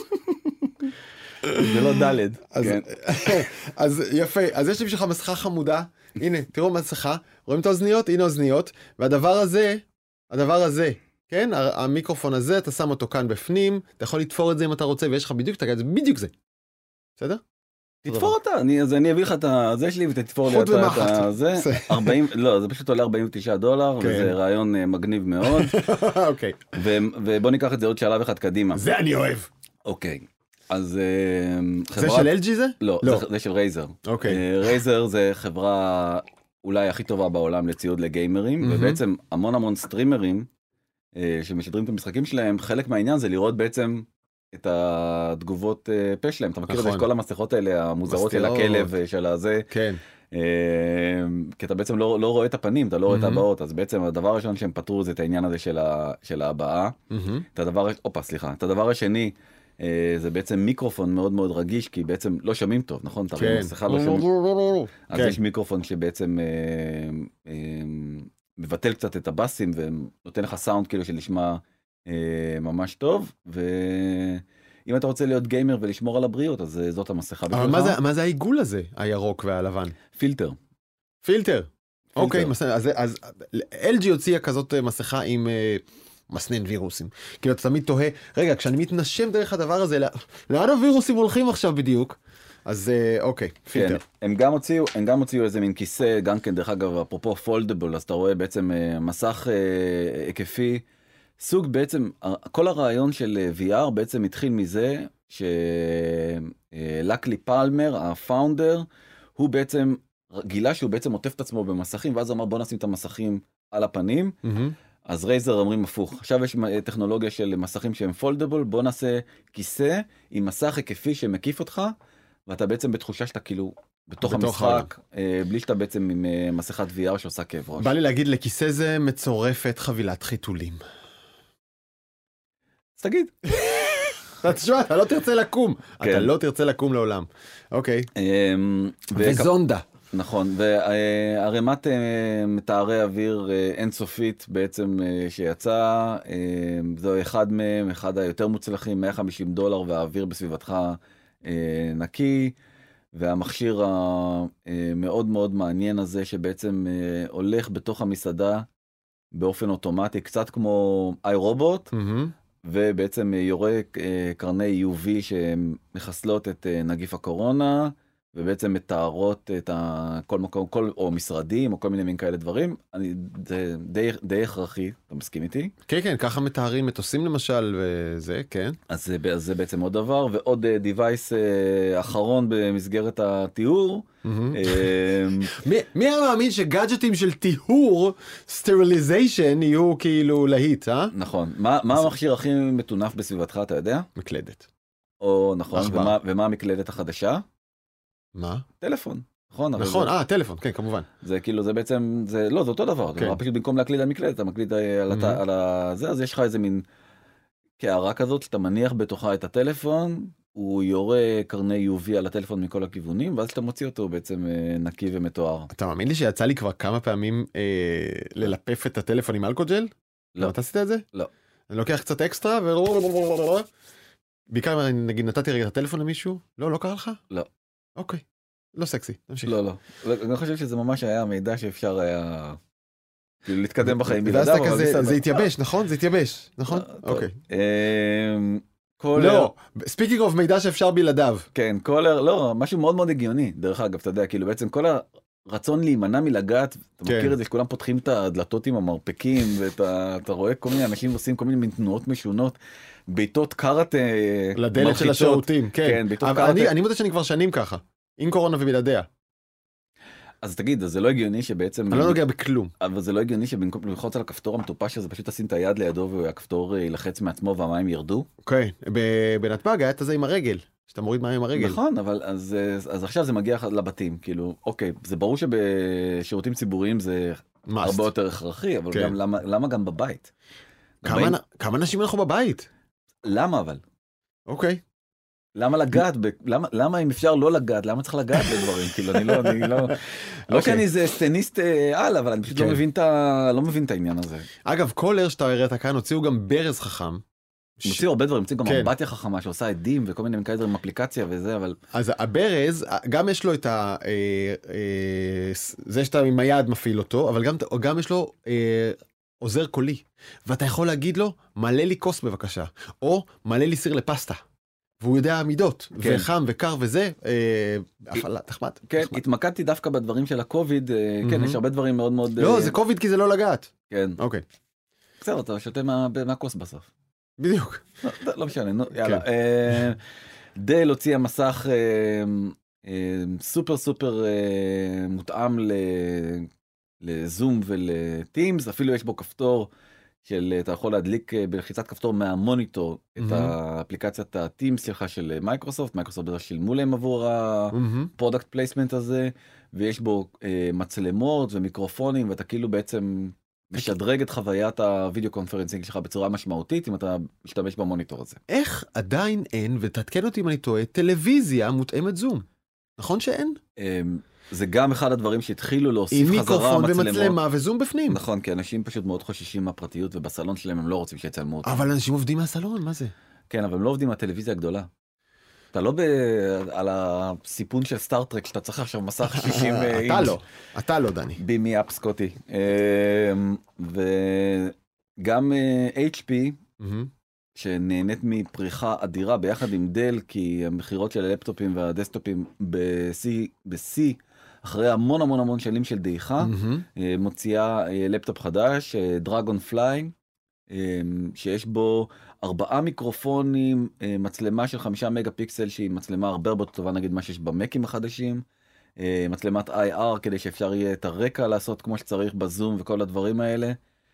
זה לא דלת. אז יפה, אז יש לי בשבילך מסכה חמודה, הנה, תראו מסכה, רואים את האוזניות, הנה האוזניות, והדבר הזה, הדבר הזה, כן, המיקרופון הזה, אתה שם אותו כאן בפנים, אתה יכול לתפור את זה אם אתה רוצה, ויש לך בדיוק, תגיד, זה בדיוק זה. בסדר? תתפור אותה, אז אני אביא לך את זה שלי ותתפור לי את זה, לא, זה פשוט עולה ארבעים ותשעה דולר, וזה רעיון מגניב מאוד, ובוא ניקח את זה עוד שלב אחד קדימה. זה אני אוהב. אוקיי. אז זה של אל ג'י זה? לא, זה של רייזר. אוקיי. רייזר זה חברה אולי הכי טובה בעולם לציוד לגיימרים, ובעצם המון המון סטרימרים שמשדרים את המשחקים שלהם, חלק מהעניין זה לראות בעצם את התגובות פה שלהם. אתה מכיר את כל המסכות האלה, המוזרות של הכלב, של הזה. כן. כי אתה בעצם לא רואה את הפנים, אתה לא רואה את הבאות, אז בעצם הדבר הראשון שהם פתרו זה את העניין הזה של ההבאה. את הדבר, אופה, סליחה, את הדבר השני, זה בעצם מיקרופון מאוד מאוד רגיש, כי בעצם לא שומעים טוב, נכון? כן. אז יש מיקרופון שבעצם מבטל קצת את הבאסים, ונותן לך סאונד כאילו שנשמע ממש טוב, ואם אתה רוצה להיות גיימר ולשמור על הבריאות, אז זאת המסכה. אבל מה זה העיגול הזה, הירוק והלבן? פילטר. פילטר? אוקיי, אז אל ג'י הוציאה כזאת מסכה עם... מסנן וירוסים. כאילו אתה תמיד תוהה, רגע, כשאני מתנשם דרך הדבר הזה, לאן הווירוסים הולכים עכשיו בדיוק? אז אוקיי, פילטר. הם גם הוציאו, הם גם הוציאו איזה מין כיסא, גם כן דרך אגב, אפרופו פולדבל, אז אתה רואה בעצם מסך היקפי, סוג בעצם, כל הרעיון של וי אר בעצם התחיל מזה, שלקלי פלמר, הפאונדר, הוא בעצם גילה שהוא בעצם עוטף את עצמו במסכים, ואז אמר בוא נשים את המסכים על הפנים, אז רייזר אומרים הפוך. עכשיו יש טכנולוגיה של מסכים שהם פולדבול, בוא נעשה כיסא עם מסך היקפי שמקיף אותך, ואתה בעצם בתחושה שאתה כאילו בתוך המשחק, בלי שאתה בעצם עם מסכת וי אר שעושה כאב ראש. בא לי להגיד, לכיסא זה מצורפת חבילת חיתולים. אז תגיד. תשמע, אתה לא תרצה לקום. אתה לא תרצה לקום לעולם. אוקיי. וזונדה. נכון, והרמת מתארי אוויר אינסופית בעצם שיצא, זו אחד מהם, אחד היותר מוצלחים, מאה וחמישים דולר, והאוויר בסביבתך נקי, והמכשיר המאוד מאוד מעניין הזה, שבעצם הולך בתוך המסעדה באופן אוטומטי, קצת כמו איי רובוט, ובעצם יורה קרני יו וי שמחסלות את נגיף הקורונה, ובעצם מתארות את כל מקום, כל, או משרדים, או כל מיני מין כאלה דברים. אני, זה די, די הכרחי, אתה מסכים איתי? כן, כן, ככה מתארים מטוסים למשל, וזה, כן. אז זה, אז זה בעצם עוד דבר, ועוד דיווייס אחרון במסגרת התיאור. מי, מי המאמין שגאדג'טים של טיהור, סטריליזיישן, יהיו כאילו להיט, אה? נכון. מה, מה המכשיר הכי מטונף בסביבתך, אתה יודע? מקלדת. או, נכון, ומה, ומה המקלדת החדשה? מה? טלפון. נכון, נכון, אה, טלפון, כן, כמובן. זה כאילו, זה בעצם, זה, לא, זה אותו דבר. כן. פשוט במקום להקליד על מקלדת, אתה מקליד על, mm-hmm. על זה, אז יש לך איזה מין קערה כזאת, שאתה מניח בתוכה את הטלפון, הוא יורה קרני יו וי על הטלפון מכל הכיוונים, ואז אתה מוציא אותו בעצם נקי ומתואר. אתה מאמין לי שיצא לי כבר כמה פעמים אה, ללפף את הטלפון עם אלכוג'ל? לא. אתה עשית את זה? לא. אני לוקח קצת אקסטרה, ו... בעיקר נגיד נתתי רגע את הטלפון למישהו? לא, לא קרה לך? לא. אוקיי. לא סקסי, תמשיך. לא, לא. אני חושב שזה ממש היה מידע שאפשר היה להתקדם בחיים בלעדיו, אבל בסדר. זה התייבש, נכון? זה התייבש, נכון? אוקיי. לא, ספיקינג אוף מידע שאפשר בלעדיו. כן, קולר, לא, משהו מאוד מאוד הגיוני, דרך אגב, אתה יודע, כאילו בעצם כל הרצון להימנע מלגעת, אתה מכיר את זה שכולם פותחים את הדלתות עם המרפקים, ואתה רואה כל מיני אנשים עושים כל מיני תנועות משונות, בעיטות קארט מלחיצות. לדלת של השירותים, כן. אני מודה שאני כבר שנים ככה. עם קורונה ובלעדיה. אז תגיד, זה לא הגיוני שבעצם... אני לא נוגע בכלום. אבל זה לא הגיוני שבמקום ללחוץ על הכפתור המטופש הזה, פשוט תשים את היד לידו והכפתור ילחץ מעצמו והמים ירדו? אוקיי, בנתב"ג היה את זה עם הרגל, שאתה מוריד מים עם הרגל. נכון, אבל אז, אז עכשיו זה מגיע לבתים, כאילו, אוקיי, זה ברור שבשירותים ציבוריים זה הרבה יותר הכרחי, אבל גם, למה, למה גם בבית? כמה, בבית... כמה אנשים אנחנו בבית? למה אבל? אוקיי. למה לגעת, למה, למה אם אפשר לא לגעת, למה צריך לגעת בדברים? כאילו, אני לא, אני לא, לא שאני איזה סטניסט על, אבל אני פשוט לא מבין את ה, לא מבין את העניין הזה. אגב, קולר שאתה הראית כאן, הוציאו גם ברז חכם. הוציאו הרבה דברים, הוציאו גם אמבטיה חכמה שעושה עדים וכל מיני כאלה דברים, אפליקציה וזה, אבל... אז הברז, גם יש לו את ה... זה שאתה עם היד מפעיל אותו, אבל גם יש לו עוזר קולי. ואתה יכול להגיד לו, מלא לי כוס בבקשה, או מלא לי סיר לפסטה. והוא יודע עמידות, כן. וחם וקר וזה, הפעלה, תחמד. כן, תחמד. התמקדתי דווקא בדברים של הקוביד, mm-hmm. כן, יש הרבה דברים מאוד מאוד... לא, זה קוביד כי זה לא לגעת. כן. אוקיי. בסדר, אתה שותה מה, מהכוס בסוף. בדיוק. לא, לא משנה, נו, יאללה. כן. אה, דל הוציא המסך אה, אה, סופר סופר אה, מותאם ל, לזום ולטימס, אפילו יש בו כפתור, של אתה יכול להדליק בלחיצת כפתור מהמוניטור את האפליקציית הטימס שלך של מייקרוסופט, מייקרוסופט בדרך שילמו להם עבור הפרודקט פלייסמנט הזה, ויש בו מצלמות ומיקרופונים, ואתה כאילו בעצם משדרג את חוויית הוידאו קונפרנסינג שלך בצורה משמעותית, אם אתה משתמש במוניטור הזה. איך עדיין אין, ותתקן אותי אם אני טועה, טלוויזיה מותאמת זום? נכון שאין? זה גם אחד הדברים שהתחילו להוסיף חזרה מצלמות. עם מיקרופון ומצלמה וזום בפנים. נכון, כי אנשים פשוט מאוד חוששים מהפרטיות, ובסלון שלהם הם לא רוצים שיצלמו אותם. אבל אנשים עובדים מהסלון, מה זה? כן, אבל הם לא עובדים מהטלוויזיה הגדולה. אתה לא ב... על הסיפון של סטארטרק, שאתה צריך עכשיו מסך שישים... אתה לא, אתה לא, דני. בימי אפ סקוטי. וגם אייץ' פי, שנהנית מפריחה אדירה ביחד עם דל, כי המחירות של הלפטופים והדסקטופים בסי, אחרי המון המון המון שנים של דעיכה, מוציאה לפטופ חדש, דרגון פליי, שיש בו ארבעה מיקרופונים, מצלמה של חמישה מגה פיקסל, שהיא מצלמה הרבה הרבה טובה נגיד מה שיש במקים החדשים, מצלמת איי אר כדי שאפשר יהיה את הרקע לעשות כמו שצריך בזום וכל הדברים האלה.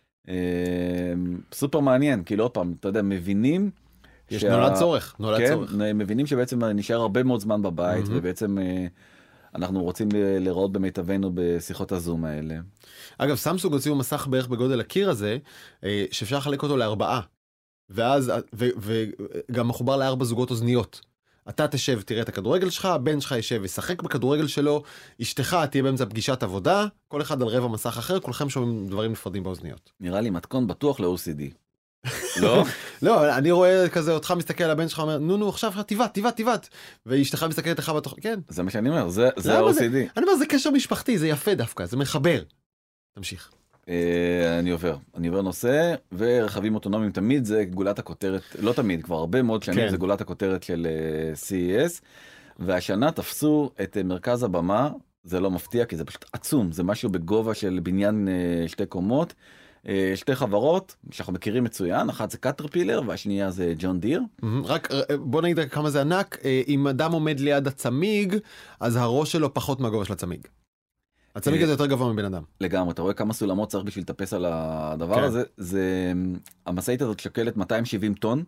סופר מעניין, כאילו עוד פעם, אתה יודע, מבינים יש שה... נולד צורך, נולד כן, צורך. מבינים שבעצם נשאר הרבה מאוד זמן בבית, mm-hmm. ובעצם אנחנו רוצים לראות במיטבנו בשיחות הזום האלה. אגב, סמסונג הוציאו מסך בערך בגודל הקיר הזה, שאפשר לחלק אותו לארבעה, ואז, ו, וגם מחובר לארבע זוגות אוזניות. אתה תשב, תראה את הכדורגל שלך, הבן שלך ישב וישחק בכדורגל שלו, אשתך תהיה באמצע פגישת עבודה, כל אחד על רבע מסך אחר, כולכם שומעים דברים נפרדים באוזניות. נראה לי מתכון בטוח ל-או סי די. לא? לא, אני רואה כזה, אותך מסתכל על הבן שלך, אומר, נו נו, עכשיו תיבט, תיבט, תיבט, ואשתך מסתכלת לך בתוך, כן. זה מה שאני אומר, זה, זה ה-או סי די. אני אומר, זה קשר משפחתי, זה יפה דווקא, זה מחבר. תמשיך. אני עובר, אני עובר נושא, ורכבים אוטונומיים תמיד זה גולת הכותרת, לא תמיד, כבר הרבה מאוד שנים זה גולת הכותרת של סי אי אס, והשנה תפסו את מרכז הבמה, זה לא מפתיע כי זה פשוט עצום, זה משהו בגובה של בניין שתי קומות, שתי חברות שאנחנו מכירים מצוין, אחת זה קטרפילר והשנייה זה ג'ון דיר. רק בוא נגיד כמה זה ענק, אם אדם עומד ליד הצמיג, אז הראש שלו פחות מהגובה של הצמיג. הצמיג הזה יותר גבוה מבן אדם. לגמרי, אתה רואה כמה סולמות צריך בשביל לטפס על הדבר הזה, זה, המשאית הזאת שקלת מאתיים שבעים טון,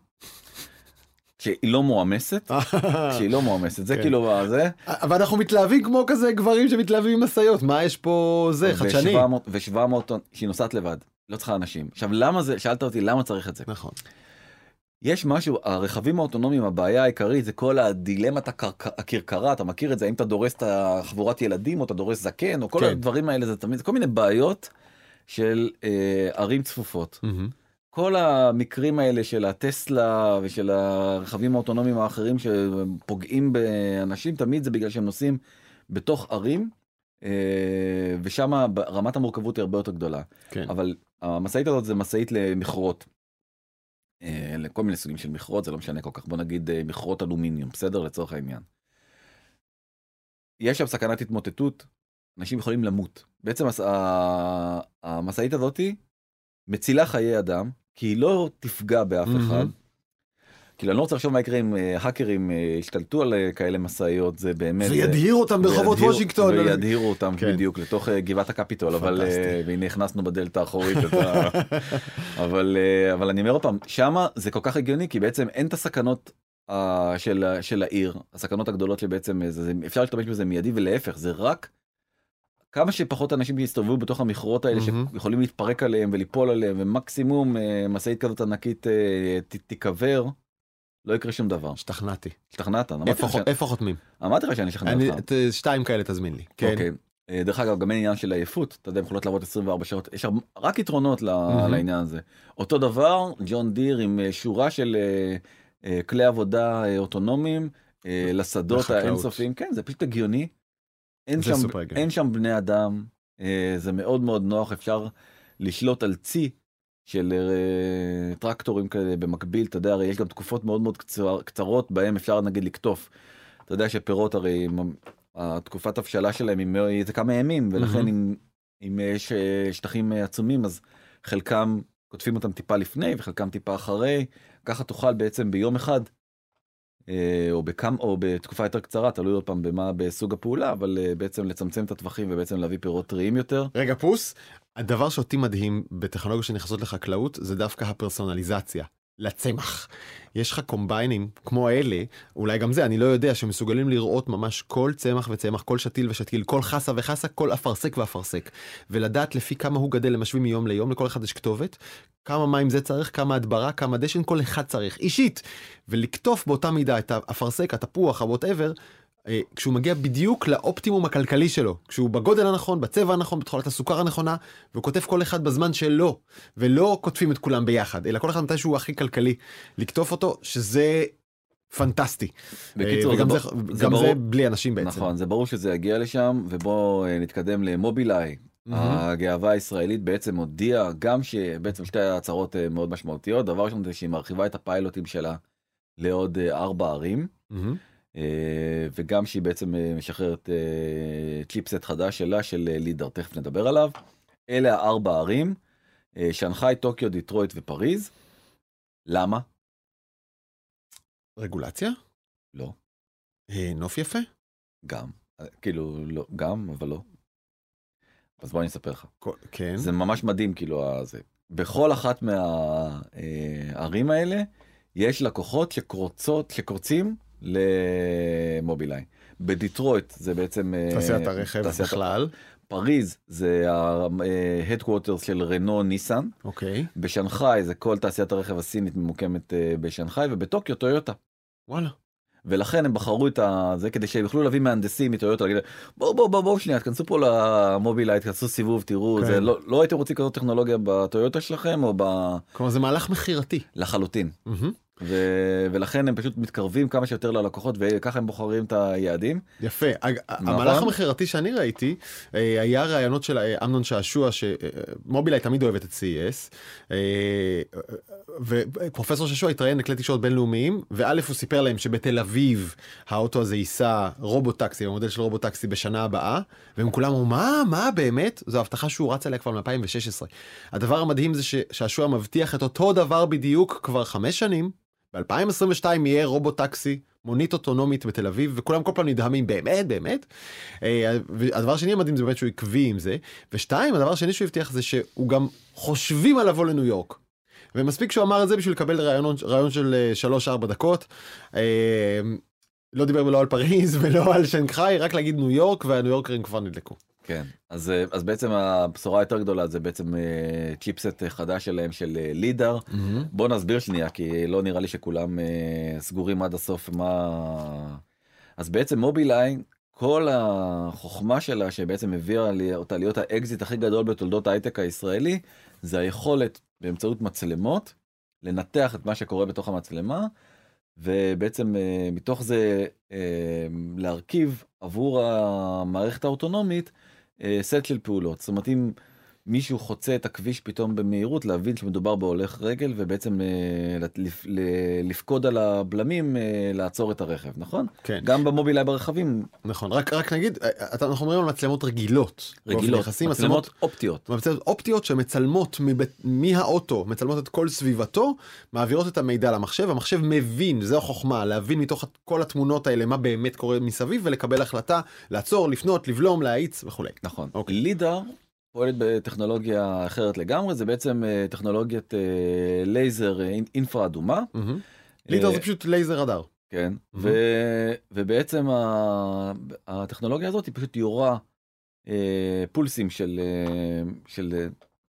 שהיא לא מועמסת, שהיא לא מועמסת, זה כאילו זה. אבל אנחנו מתלהבים כמו כזה גברים שמתלהבים עם מסעיות, מה יש פה זה, חדשני. ו-שבע מאות טון, שהיא נוסעת לבד, לא צריכה אנשים. עכשיו, למה זה, שאלת אותי, למה צריך את זה? נכון. יש משהו, הרכבים האוטונומיים, הבעיה העיקרית זה כל הדילמת הכרכרה, אתה מכיר את זה, האם אתה דורס את החבורת ילדים, או אתה דורס זקן, או כל כן. הדברים האלה, זה תמיד, זה כל מיני בעיות של אה, ערים צפופות. Mm-hmm. כל המקרים האלה של הטסלה ושל הרכבים האוטונומיים האחרים שפוגעים באנשים, תמיד זה בגלל שהם נוסעים בתוך ערים, אה, ושם רמת המורכבות היא הרבה יותר גדולה. כן. אבל המסעית הזאת זה מסעית למכרות. לכל מיני סוגים של מכרות, זה לא משנה כל כך, בוא נגיד מכרות אלומיניום, בסדר? לצורך העניין. יש שם סכנת התמוטטות, אנשים יכולים למות. בעצם המסעית הזאת מצילה חיי אדם, כי היא לא תפגע באף אחד. כאילו אני לא רוצה לחשוב מה יקרה אם האקרים השתלטו על כאלה מסעיות, זה באמת... וידהירו אותם ברחובות וושינגטון. וידהירו אותם בדיוק לתוך גבעת הקפיטול, אבל והנה הכנסנו בדלת האחורית את ה... אבל אני אומר עוד פעם, שמה זה כל כך הגיוני, כי בעצם אין את הסכנות של העיר, הסכנות הגדולות שבעצם אפשר להשתמש בזה מיידי, ולהפך, זה רק כמה שפחות אנשים יסתובבו בתוך המכרות האלה שיכולים להתפרק עליהם וליפול עליהם, ומקסימום מסעית כזאת ענקית תיקבר. לא יקרה שום דבר. השתכנעתי. השתכנעת? איפה חותמים? אמרתי לך שאני אשכנע אותך. שתיים כאלה תזמין לי. אוקיי. דרך אגב, גם אין עניין של עייפות. אתה יודע, יכולות לעבוד עשרים וארבע שעות. יש רק יתרונות לעניין הזה. אותו דבר, ג'ון דיר עם שורה של כלי עבודה אוטונומיים, לשדות האינסופיים. כן, זה פשוט הגיוני. אין שם בני אדם. זה מאוד מאוד נוח. אפשר לשלוט על צי. של טרקטורים כאלה במקביל, אתה יודע, הרי יש גם תקופות מאוד מאוד קצר, קצרות, בהם אפשר נגיד לקטוף. אתה יודע שפירות הרי, התקופת הפשלה שלהם היא, זה כמה ימים, ולכן mm-hmm. אם, אם יש שטחים עצומים, אז חלקם כותפים אותם טיפה לפני, וחלקם טיפה אחרי, ככה תוכל בעצם ביום אחד, או, בכם, או בתקופה יותר קצרה, תלוי עוד פעם במה, בסוג הפעולה, אבל בעצם לצמצם את הטווחים, ובעצם להביא פירות טריים יותר. רגע, פוס, הדבר שאותי מדהים בטכנולוגיה שנכנסות לחקלאות, זה דווקא הפרסונליזציה, לצמח. יש לך קומביינים כמו אלה, אולי גם זה, אני לא יודע, שמסוגלים לראות ממש כל צמח וצמח, כל שתיל ושתיל, כל חסה וחסה, כל אפרסק ואפרסק, ולדעת לפי כמה הוא גדל למשווים מיום ליום, לכל אחד יש כתובת, כמה מים זה צריך, כמה הדברה, כמה דשן, כל אחד צריך, אישית, ולקטוף באותה מידה את האפרסק, התפוח, ה-whatever, כשהוא מגיע בדיוק לאופטימום הכלכלי שלו, כשהוא בגודל הנכון, בצבע הנכון, בתחולת הסוכר הנכונה, והוא כותב כל אחד בזמן שלו, ולא כותפים את כולם ביחד, אלא כל אחד מתי שהוא הכי כלכלי, לקטוף אותו, שזה פנטסטי. בקיצור, וגם זה, זה, זה, גם ברור, זה בלי אנשים בעצם. נכון, זה ברור שזה יגיע לשם, ובואו נתקדם למובילאיי. Mm-hmm. הגאווה הישראלית בעצם הודיעה, גם שבעצם שתי הצהרות מאוד משמעותיות, דבר ראשון זה שהיא מרחיבה את הפיילוטים שלה לעוד ארבע ערים, mm-hmm. וגם שהיא בעצם משחררת צ'יפסט חדש שלה, של לידר, תכף נדבר עליו. אלה הארבע ערים, שנגחאי, טוקיו, דיטרויט ופריז. למה? רגולציה? לא. נוף יפה? גם. כאילו, לא, גם, אבל לא. אז בוא אני אספר לך. כן. זה ממש מדהים, כאילו, זה. בכל אחת מהערים האלה, יש לקוחות שקורצות, שקורצים למובילאיי. בדיטרויט זה בעצם... תעשיית הרכב בכלל. פריז זה ה-headquarters של רנו ניסן. אוקיי. בשנגחאי זה כל תעשיית הרכב הסינית ממוקמת בשנגחאי, ובטוקיו טויוטה. וואלה. ולכן הם בחרו את זה כדי שהם יוכלו להביא מהנדסים מטויוטה, להגיד, בואו בואו בואו בואו שנייה, תכנסו פה למובילאיי, תכנסו סיבוב, תראו, זה לא, לא הייתם רוצים כזאת טכנולוגיה בטויוטה שלכם, או ב... כלומר זה מהלך מחירתי. לחלוטין. ו- ולכן הם פשוט מתקרבים כמה שיותר ללקוחות, וככה הם בוחרים את היעדים. יפה. המהלך המחירתי שאני ראיתי, היה רעיונות של אמנון שעשוע, שמובילאיי תמיד אוהבת את סי אי אס, ופרופסור שעשוע התראיין לכלי תקשורת בינלאומיים, וא' הוא סיפר להם שבתל אביב האוטו הזה ייסע רובוטקסי, המודל של רובוטקסי בשנה הבאה, והם כולם אמרו, מה, מה באמת? זו הבטחה שהוא רץ עליה כבר מ-אלפיים ושש עשרה. הדבר המדהים זה ששעשוע מבטיח את אותו דבר בדיוק כבר חמש שנים, ב-אלפיים עשרים ושתיים יהיה רובוטקסי, מונית אוטונומית בתל אביב, וכולם כל פעם נדהמים, באמת, באמת. הדבר השני המדהים זה באמת שהוא עקבי עם זה, ושתיים, הדבר השני שהוא הבטיח זה שהוא גם חושבים על לבוא לניו יורק. ומספיק שהוא אמר את זה בשביל לקבל רעיון, רעיון של שלוש ארבע דקות, לא דיבר לא על פריז ולא על שנגחאי, רק להגיד ניו יורק, והניו יורקרים כבר נדלקו. כן, אז, אז בעצם הבשורה היותר גדולה זה בעצם צ'יפסט חדש שלהם של לידר. Mm-hmm. בוא נסביר שנייה, כי לא נראה לי שכולם סגורים עד הסוף מה... אז בעצם מובילאיי, כל החוכמה שלה שבעצם הביאה אותה להיות האקזיט הכי גדול בתולדות ההייטק הישראלי, זה היכולת באמצעות מצלמות, לנתח את מה שקורה בתוך המצלמה, ובעצם מתוך זה להרכיב עבור המערכת האוטונומית סט של פעולות. זאת אומרת, אם מישהו חוצה את הכביש פתאום במהירות, להבין שמדובר בהולך רגל, ובעצם לפקוד על הבלמים, לעצור את הרכב, נכון? כן. גם במובילאי ברכבים. אנחנו רק, רק נגיד, אנחנו אומרים על מצלמות רגילות. רגילות, מצלמות, מצלמות אופטיות. מצלמות אופטיות שמצלמות מבית, מהאוטו, מצלמות את כל סביבתו, מעבירות את המידע למחשב, המחשב מבין, זו החוכמה, להבין מתוך כל התמונות האלה, מה באמת קורה מסביב, ולקבל החלטה, לעצור, לפנות, לבלום, להאיץ וכו'. נכון. אוקיי. לידר פועלת בטכנולוגיה אחרת לגמרי, זה בעצם טכנולוגיית לייזר אינפרה אדומה. לידר זה פשוט לייזר רדאר. כן, ובעצם הטכנולוגיה הזאת היא פשוט יורה פולסים של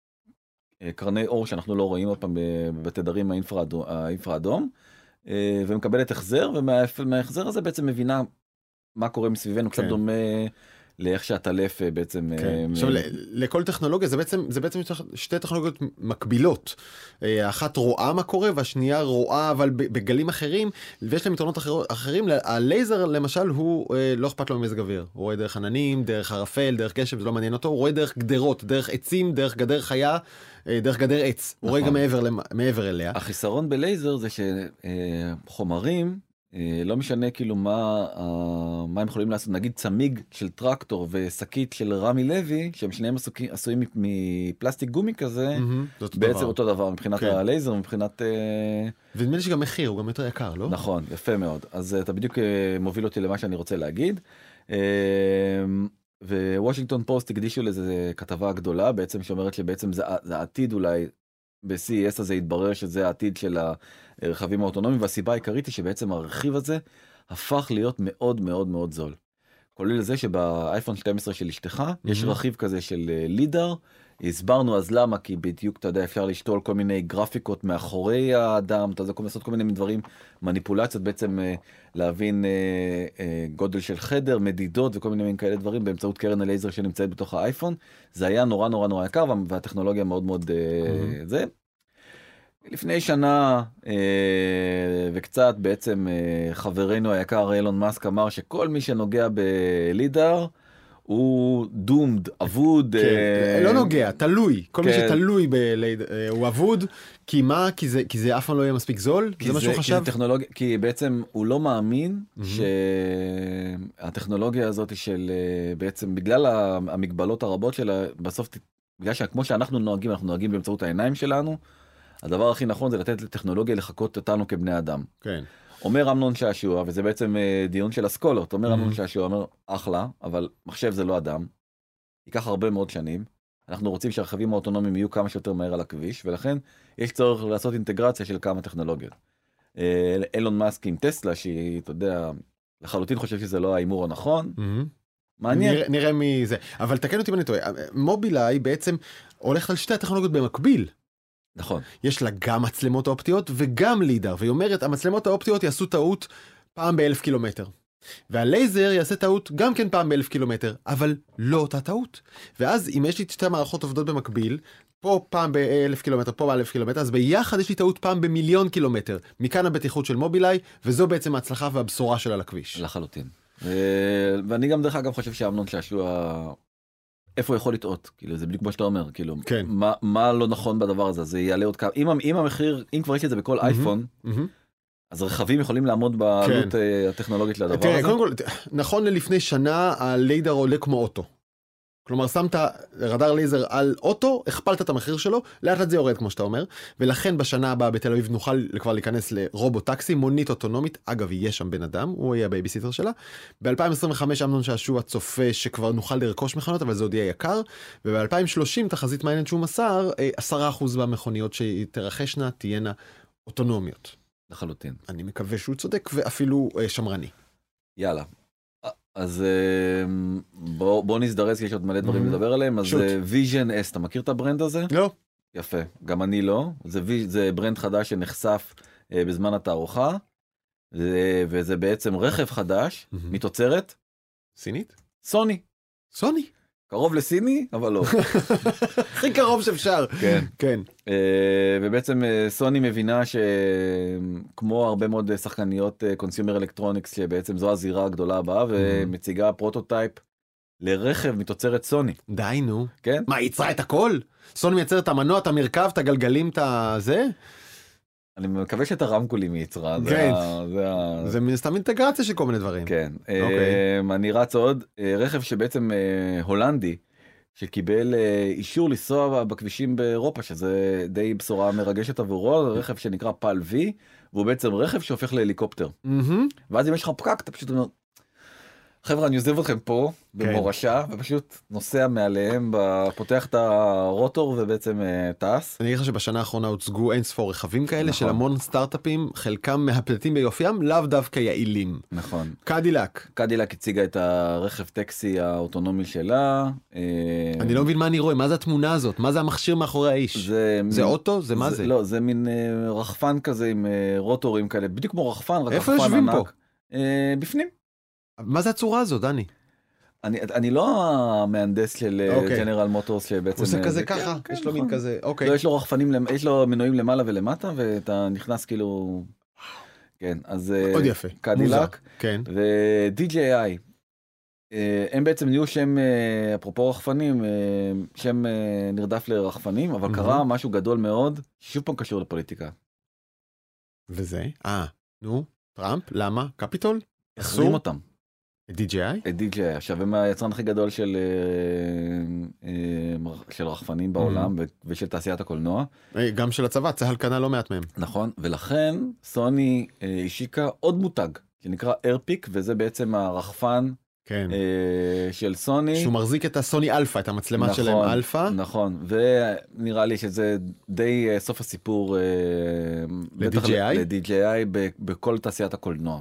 קרני אור שאנחנו לא רואים עוד פעם בתדרים האינפרה אדום, ומקבלת החזר, ומההחזר הזה בעצם מבינה מה קורה מסביבנו, קצת דומה לאיך שהטלף בעצם... כן. עכשיו, לכל טכנולוגיה, זה בעצם, זה בעצם שתי טכנולוגיות מקבילות. האחת רואה מה קורה, והשנייה רואה, אבל בגלים אחרים, ויש להם יתרונות אחרים. הלייזר, למשל, הוא לא אכפת לו ממזג אוויר. הוא רואה דרך עננים, דרך ערפל, דרך גשם, זה לא מעניין אותו. הוא רואה דרך גדרות, דרך עצים, דרך גדר חיה, דרך גדר עץ. הוא רואה גם מעבר, מעבר אליה. החיסרון בלייזר זה שחומרים, לא משנה כאילו מה, מה הם יכולים לעשות, נגיד צמיג של טרקטור וסקית של רמי לוי, שהם שניהם עשויים מפלסטיק גומי כזה, בעצם אותו דבר מבחינת הלייזר, מבחינת... ונדמה לי שגם מחיר, הוא גם יותר יקר, לא? נכון, יפה מאוד. אז אתה בדיוק מוביל אותי למה שאני רוצה להגיד. ווושינגטון פוסט הקדישו לזה כתבה גדולה, בעצם שאומרת שבעצם זה העתיד אולי, ב-סי אי אס הזה התברר שזה העתיד של הרכבים האוטונומיים, והסיבה העיקרית היא שבעצם הרכיב הזה הפך להיות מאוד מאוד מאוד זול. כולל זה שבאייפון שתים עשרה של אשתך, mm-hmm. יש רכיב כזה של לידר, הסברנו אז למה, כי בדיוק אתה יודע אפשר לשתול כל מיני גרפיקות מאחורי האדם, אתה יודע לעשות כל מיני דברים, מניפולציות בעצם להבין גודל של חדר, מדידות וכל מיני כאלה דברים באמצעות קרן הלייזר שנמצאת בתוך האייפון. זה היה נורא נורא נורא יקר, והטכנולוגיה מאוד מאוד mm-hmm. זה. לפני שנה וקצת בעצם חברנו היקר אילון מאסק אמר שכל מי שנוגע בלידר הוא דומד, אבוד. לא נוגע, תלוי. כל מי שתלוי בלידר הוא אבוד, כי מה? כי זה אף פעם לא יהיה מספיק זול? זה מה שהוא חשב? כי בעצם הוא לא מאמין שהטכנולוגיה הזאת של בעצם בגלל המגבלות הרבות שלה, בסוף בגלל שכמו שאנחנו נוהגים, אנחנו נוהגים באמצעות העיניים שלנו, הדבר הכי נכון זה לתת לטכנולוגיה לחכות אותנו כבני אדם. כן. אומר אמנון שעשוע, וזה בעצם דיון של אסכולות, אומר אמנון שעשוע, אומר אחלה, אבל מחשב זה לא אדם, ייקח הרבה מאוד שנים, אנחנו רוצים שהרכבים האוטונומיים יהיו כמה שיותר מהר על הכביש, ולכן יש צורך לעשות אינטגרציה של כמה טכנולוגיות. אילון מאסק עם טסלה, שהיא, אתה יודע, לחלוטין חושב שזה לא האימור הנכון, מעניין. נראה, נראה מי זה. אבל תקן אותי אם אני טועה, מובילאיי בעצם הולכת על שתי הטכנולוגיות במקביל. נכון. יש לה גם מצלמות אופטיות וגם לידר, והיא אומרת, המצלמות האופטיות יעשו טעות פעם באלף קילומטר. והלייזר יעשה טעות גם כן פעם באלף קילומטר, אבל לא אותה טעות. ואז אם יש לי שתי מערכות עובדות במקביל, פה פעם באלף קילומטר, פה באלף קילומטר, אז ביחד יש לי טעות פעם במיליון קילומטר. מכאן הבטיחות של מובילאיי, וזו בעצם ההצלחה והבשורה שלה לכביש. לחלוטין. ואני גם דרך אגב חושב שאמנון שעשוע, איפה הוא יכול לטעות? כאילו, זה בדיוק כמו שאתה אומר, כאילו, כן. מה, מה לא נכון בדבר הזה? זה יעלה עוד כמה, אם, אם המחיר, אם כבר יש את זה בכל אייפון, אז רכבים יכולים לעמוד בעלות הטכנולוגית לדבר תראה, הזה? קודם כל, נכון ללפני שנה, הליידר עולה כמו אוטו. כלומר, שמת רדאר לייזר על אוטו, הכפלת את המחיר שלו, לאט לאט זה יורד, כמו שאתה אומר, ולכן בשנה הבאה בתל אביב נוכל כבר להיכנס לרובוטקסי, מונית אוטונומית, אגב, יהיה שם בן אדם, הוא יהיה הבייביסיטר שלה. ב-אלפיים עשרים וחמש אמנון שעשוע צופה שכבר נוכל לרכוש מכונות, אבל זה עוד יהיה יקר, וב-אלפיים ושלושים תחזית מעניינת שהוא מסר, עשרה אחוז מהמכוניות שתרחשנה תהיינה אוטונומיות. לחלוטין. אני מקווה שהוא צודק ואפילו שמרני. יאללה. אז בוא, בוא נזדרז, כי יש עוד מלא דברים לדבר עליהם. אז ויז'ן אס, אתה מכיר את הברנד הזה? לא. יפה, גם אני לא. זה, זה ברנד חדש שנחשף בזמן התערוכה, וזה בעצם רכב חדש, מתוצרת. סינית? סוני. סוני? קרוב לסיני, אבל לא. הכי קרוב שאפשר. כן. כן. ובעצם סוני מבינה שכמו הרבה מאוד שחקניות קונסיומר אלקטרוניקס, שבעצם זו הזירה הגדולה הבאה, ומציגה פרוטוטייפ לרכב מתוצרת סוני. די, נו. כן? מה, ייצרה את הכל? סוני מייצר את המנוע, את המרכב, את הגלגלים, את זה? אני מקווה שאת הרמקולים היא יצרה. כן. זה סתם אינטגרציה של כל מיני דברים. כן. אני רץ עוד. רכב שבעצם הולנדי, שקיבל אישור לנסוע בכבישים באירופה, שזה די בשורה מרגשת עבורו, רכב שנקרא פל וי, והוא בעצם רכב שהופך להליקופטר. ואז אם יש לך פקק, אתה פשוט אומר, חבר'ה, אני עוזב אתכם פה, במורשה, ופשוט נוסע מעליהם, פותח את הרוטור ובעצם טס. אני אגיד לך שבשנה האחרונה הוצגו אין ספור רכבים כאלה, של המון סטארט-אפים, חלקם מהפלטים ביופיים, לאו דווקא יעילים. נכון. קדילק. קדילק הציגה את הרכב טקסי האוטונומי שלה. אני לא מבין מה אני רואה, מה זה התמונה הזאת? מה זה המכשיר מאחורי האיש? זה אוטו? זה מה זה? לא, זה מין רחפן כזה עם רוטורים כאלה, בדיוק כמו רחפן, רק איפה יושבים פה? בפנים. מה זה הצורה הזאת, דני? אני, אני לא המהנדס של ג'נרל מוטורס שבעצם... הוא עושה כזה ככה, יש לו מין כזה, אוקיי. יש לו רחפנים, יש לו מנועים למעלה ולמטה, ואתה נכנס כאילו... כן, אז... עוד יפה. קדילק. כן. ו-די ג'יי איי. הם בעצם נהיו שם, אפרופו רחפנים, שם נרדף לרחפנים, אבל קרה משהו גדול מאוד, שוב פעם קשור לפוליטיקה. וזה? אה, נו, טראמפ, למה? קפיטול? החרים אותם. די ג'יי איי? די ג'יי איי, עכשיו הם היצרן הכי גדול של של רחפנים בעולם ושל תעשיית הקולנוע. גם של הצבא, צהל קנה לא מעט מהם. נכון, ולכן סוני השיקה עוד מותג שנקרא איירפיק, וזה בעצם הרחפן של סוני. שהוא מחזיק את הסוני אלפא, את המצלמה שלהם אלפא. נכון, ונראה לי שזה די סוף הסיפור ל-די ג'יי איי? ל-די ג'יי איי בכל תעשיית הקולנוע.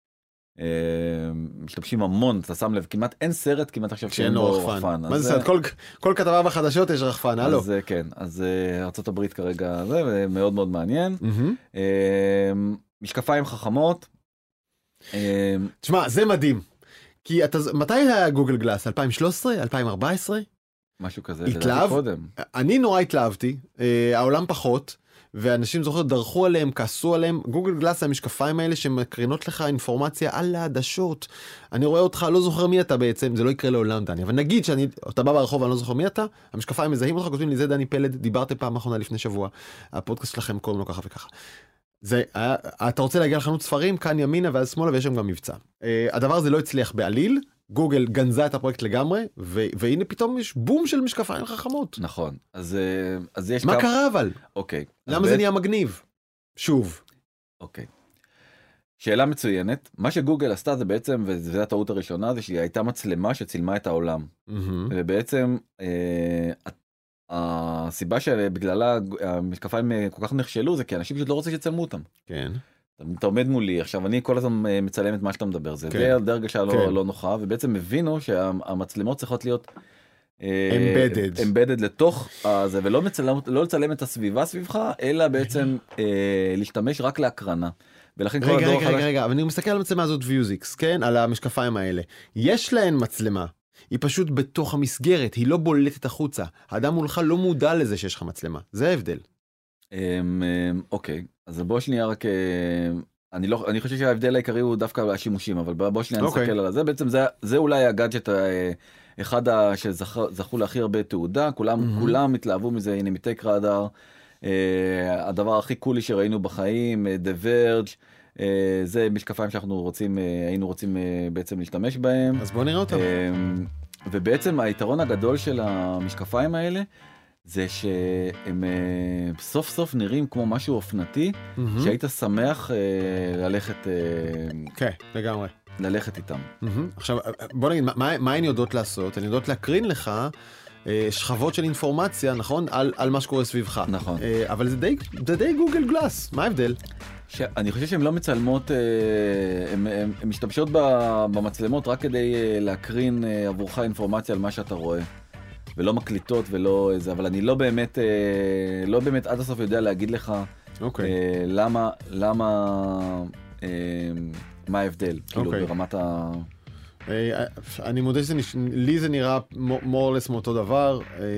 משתמשים המון, אתה שם לב, כמעט אין סרט כמעט עכשיו שאין לו רחפן. מה זה סרט? כל כתבה בחדשות יש רחפן, הלו. אז כן, אז ארצות הברית כרגע זה מאוד מאוד מעניין. משקפיים חכמות. תשמע, זה מדהים. כי מתי היה גוגל גלאס? אלפיים ושלוש עשרה? אלפיים וארבע עשרה? משהו כזה. התלהב? אני נורא התלהבתי, העולם פחות. ואנשים זוכר דרכו עליהם, כעסו עליהם. גוגל גלאס, המשקפיים האלה שמקרינות לך אינפורמציה על העדשות. אני רואה אותך, לא זוכר מי אתה בעצם, זה לא יקרה לעולם, דני. אבל נגיד שאני, אתה בא ברחוב ואני לא זוכר מי אתה, המשקפיים מזהים אותך, כותבים לי, זה דני פלד, דיברתם פעם אחרונה לפני שבוע, הפודקאסט שלכם קוראים לו ככה וככה. זה, אתה רוצה להגיע לחנות ספרים, כאן ימינה ואז שמאלה, ויש שם גם מבצע. הדבר הזה לא הצליח בעליל, גוגל גנזה את הפרויקט לגמרי, ו- והנה פתאום יש בום של משקפיים חכמות. נכון. אז, אז יש מה כמה... קרה אבל? אוקיי. למה זה בית... נהיה מגניב? שוב. אוקיי. שאלה מצוינת. מה שגוגל עשתה זה בעצם, וזו הטעות הראשונה, זה שהיא הייתה מצלמה שצילמה את העולם. ובעצם הסיבה שבגללה המשקפיים כל כך נכשלו, זה כי אנשים פשוט לא רוצים שצלמו אותם. כן. אתה עומד מולי, עכשיו אני כל הזמן מצלם את מה שאתה מדבר, זה די הרגשה לא נוחה, ובעצם הבינו שהמצלמות צריכות להיות embedded embedded לתוך זה, ולא לצלם את הסביבה סביבך, אלא בעצם להשתמש רק להקרנה. ולכן רגע, רגע, רגע, רגע, אבל אני מסתכל על המצלמה הזאת ויוזיקס, כן? על המשקפיים האלה. יש להן מצלמה, היא פשוט בתוך המסגרת, היא לא בולטת החוצה. האדם מולך לא מודע לזה שיש לך מצלמה, זה ההבדל. אוקיי, אז בוא שנייה רק, אני לא, אני חושב שההבדל העיקרי הוא דווקא השימושים, אבל בוא שנייה נסתכל על זה, בעצם זה, זה אולי הגאדג'ט אחד שזכו להכי הרבה תעודה, כולם, כולם התלהבו מזה, הנה מטק רדאר, הדבר הכי קולי שראינו בחיים, The Verge, זה משקפיים שאנחנו רוצים, היינו רוצים בעצם להשתמש בהם. אז בוא נראה אותם. ובעצם היתרון הגדול של המשקפיים האלה, זה שהם סוף סוף נראים כמו משהו אופנתי, שהיית שמח ללכת, כן, לגמרי. ללכת איתם. עכשיו, בוא נגיד, מה הן יודעות לעשות? הן יודעות להקרין לך שכבות של אינפורמציה, נכון? על, על מה שקורה סביבך. נכון. אבל זה די, זה די גוגל גלאס, מה ההבדל? אני חושב שהן לא מצלמות, הן משתמשות במצלמות רק כדי להקרין עבורך אינפורמציה על מה שאתה רואה. ולא מקליטות ולא איזה, אבל אני לא באמת, לא באמת עד הסוף יודע להגיד לך okay. למה, למה, מה ההבדל, okay. כאילו ברמת ה... אני מודה שלי זה נראה more or less מאותו דבר,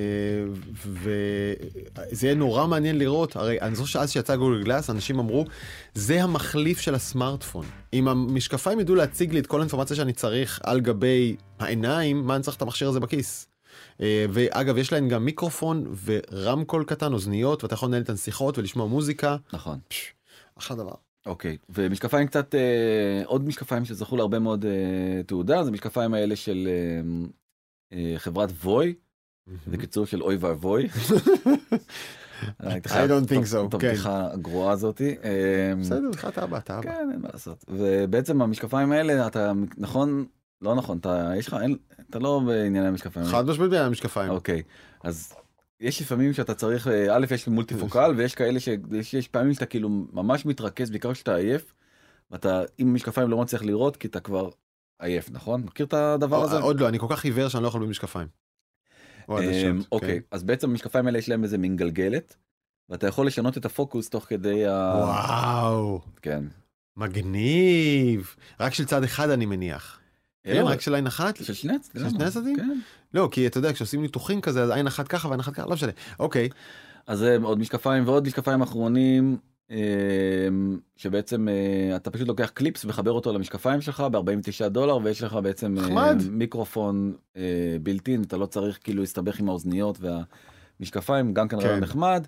וזה יהיה נורא מעניין לראות, הרי אני זוכר שאז שיצא גוגל גלאס, אנשים אמרו, זה המחליף של הסמארטפון. אם המשקפיים ידעו להציג לי את כל האינפורמציה שאני צריך על גבי העיניים, מה אני צריך את המכשיר הזה בכיס? ואגב, יש להם גם מיקרופון ורמקול קטן, אוזניות, ואתה יכול לנהל את הנשיחות ולשמוע מוזיקה. נכון. אחלה דבר. אוקיי, ומשקפיים קצת, עוד משקפיים שזכו להרבה מאוד תעודה, זה משקפיים האלה של חברת ווי, זה קיצור של אוי ואבוי. I don't think so. את הבדיחה הגרועה הזאת. בסדר, לך אתה הבא, אתה הבא. כן, אין מה לעשות. ובעצם המשקפיים האלה, אתה, נכון, לא נכון, אתה, יש לך, אין, אתה לא בענייני המשקפיים. חד משמעית בענייני המשקפיים. אוקיי, אז יש לפעמים שאתה צריך, א', יש מולטי פוקל, ויש כאלה שיש פעמים שאתה כאילו ממש מתרכז, בעיקר שאתה עייף, ואתה עם המשקפיים לא מצליח לראות, כי אתה כבר עייף, נכון? מכיר את הדבר הזה? עוד לא, אני כל כך עיוור שאני לא יכול במשקפיים. אוקיי, אז בעצם המשקפיים האלה יש להם איזה מין גלגלת, ואתה יכול לשנות את הפוקוס תוך כדי ה... וואו. כן. מגניב. רק של צד אחד אני מניח. כן, רק של עין אחת? של שני הצדדים. של שני הצדדים? כן. לא, כי אתה יודע, כשעושים ניתוחים כזה, אז עין אחת ככה ועין אחת ככה, לא משנה. אוקיי. אז זה עוד משקפיים ועוד משקפיים אחרונים, שבעצם אתה פשוט לוקח קליפס וחבר אותו למשקפיים שלך ב-ארבעים ותשעה דולר, ויש לך בעצם מיקרופון בילטין, אתה לא צריך כאילו להסתבך עם האוזניות והמשקפיים, גם כאן רעיון נחמד.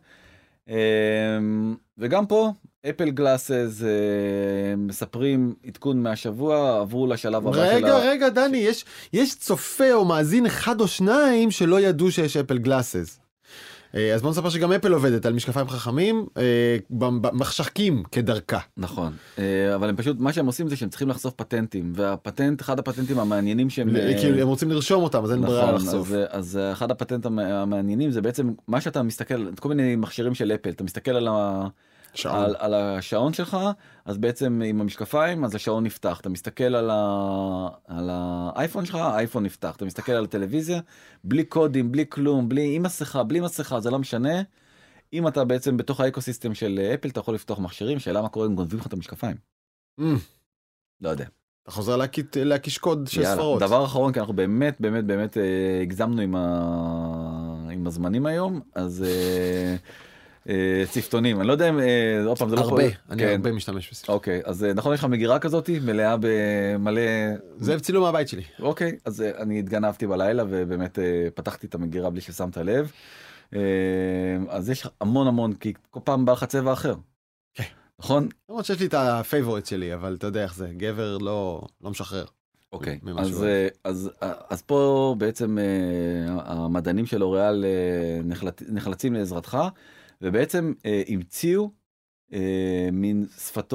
וגם פה אפל גלאסס מספרים עדכון מהשבוע, עברו לשלב הבא של... רגע רגע דני, יש יש צופה או מאזין אחד או שניים שלא ידעו שיש אפל גלאסס. אז בוא נספר שגם אפל עובדת על משקפיים חכמים, מחשקים כדרכה. נכון, אבל הם פשוט, מה שהם עושים זה שהם צריכים לחשוף פטנטים, והפטנט, אחד הפטנטים המעניינים שהם... כאילו הם רוצים לרשום אותם, אז אין ברירה לחשוף. אז אחד הפטנט המעניינים זה בעצם, מה שאתה מסתכל, כל מיני מכשירים של אפל, אתה מסתכל על ה... על, על השעון שלך, אז בעצם עם המשקפיים, אז השעון נפתח. אתה מסתכל על, ה, על האייפון שלך, האייפון נפתח. אתה מסתכל על הטלוויזיה, בלי קודים, בלי כלום, בלי, עם מסכה, בלי מסכה, זה לא משנה. אם אתה בעצם בתוך האקוסיסטם של אפל, אתה יכול לפתוח מכשירים, שאלה מה קורה אם גונבים לך את המשקפיים. Mm. לא יודע. אתה חוזר להקיש, להקיש קוד של יאללה, ספרות. דבר אחרון, כי אנחנו באמת, באמת, באמת אה, הגזמנו עם, ה... עם הזמנים היום, אז... אה, צפתונים, אני לא יודע אם, עוד פעם, זה לא הרבה, אני הרבה משתמש בספתון. אוקיי, אז נכון, יש לך מגירה כזאת, מלאה במלא... זה צילום מהבית שלי. אוקיי, אז אני התגנבתי בלילה, ובאמת פתחתי את המגירה בלי ששמת לב. אז יש המון המון, כי כל פעם בא לך צבע אחר. כן. נכון? למרות שיש לי את הפייבוריט שלי, אבל אתה יודע איך זה, גבר לא משחרר. אוקיי, אז, אז, אז פה בעצם המדענים של לוריאל נחלצים לעזרתך, ובעצם אה, המציאו אה, מין שפתון,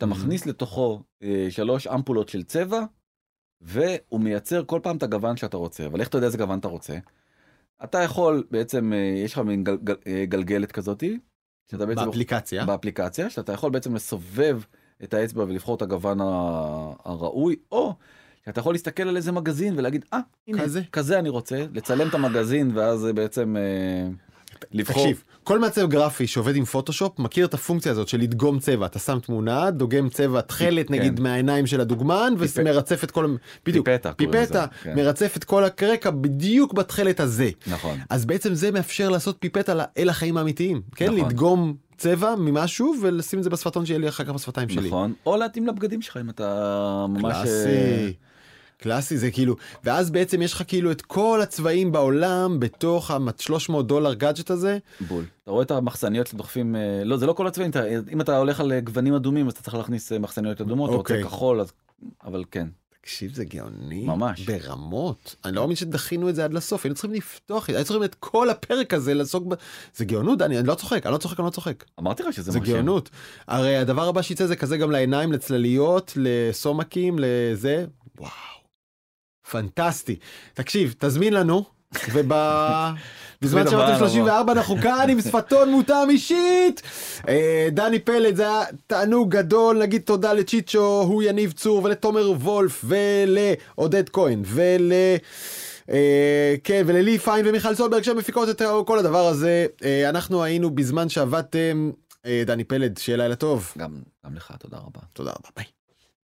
שאתה מכניס לתוכו שלוש אמפולות של צבע, והוא מייצר כל פעם את הגוון שאתה רוצה. אבל איך אתה יודע איזה גוון אתה רוצה? אתה יכול בעצם, יש לך מין גל, גל, גלגלת כזאת, שאתה בעצם, באפליקציה. באפליקציה, שאתה יכול בעצם לסובב את האצבע ולבחור את הגוון הראוי, או שאתה יכול להסתכל על איזה מגזין ולהגיד, אה, הנה, כזה, כזה אני רוצה, לצלם את המגזין, ואז בעצם לבחור. תקשיב, כל מעצב גרפי שעובד עם פוטושופ מכיר את הפונקציה הזאת של לדגום צבע. אתה שם תמונה, דוגם צבע תכלת כן. נגיד מהעיניים של הדוגמן, פיפ... ומרצף את כל... בדיוק, פיפטה. פיפטה, כן. מרצף את כל הקרקע בדיוק בתכלת הזה. נכון. אז בעצם זה מאפשר לעשות פיפטה אל החיים האמיתיים. כן, נכון. לדגום צבע ממשהו ולשים את זה בשפתון שיהיה לי אחר כך בשפתיים שלי. נכון, או להתאים לבגדים שלך אם אתה ממש... קלאסי. קלאסי זה כאילו, ואז בעצם יש לך כאילו את כל הצבעים בעולם בתוך ה-שלוש מאות דולר גאדג'ט הזה. בול. אתה רואה את המחסניות שדוחפים, לא, זה לא כל הצבעים, אם אתה הולך על גוונים אדומים, אז אתה צריך להכניס מחסניות אדומות, אתה רוצה כחול, אבל כן. תקשיב, זה גאוני. ממש. ברמות. אני לא מאמין שדחינו את זה עד לסוף, היינו צריכים לפתוח, היינו צריכים את כל הפרק הזה לעסוק ב... זה גאונות, אני לא צוחק, אני לא צוחק, אני לא צוחק. אמרתי לך שזה זה גאונות. הרי הדבר הבא שיצא זה כזה גם לעיניים, לצלליות, לסומקים, לזה. וואו. פנטסטי. תקשיב, תזמין לנו, ובזמן שבאתם שלושים וארבע אנחנו כאן עם שפתון מותאם אישית. דני פלד, זה היה תענוג גדול, נגיד תודה לצ'יצ'ו, הוא יניב צור, ולתומר וולף, ולעודד כהן, ול... כן, וללי פיין ומיכל סולברג שמפיקות את כל הדבר הזה. אנחנו היינו בזמן שעבדתם. דני פלד, שיהיה לילה טוב. גם לך, תודה רבה. תודה רבה, ביי.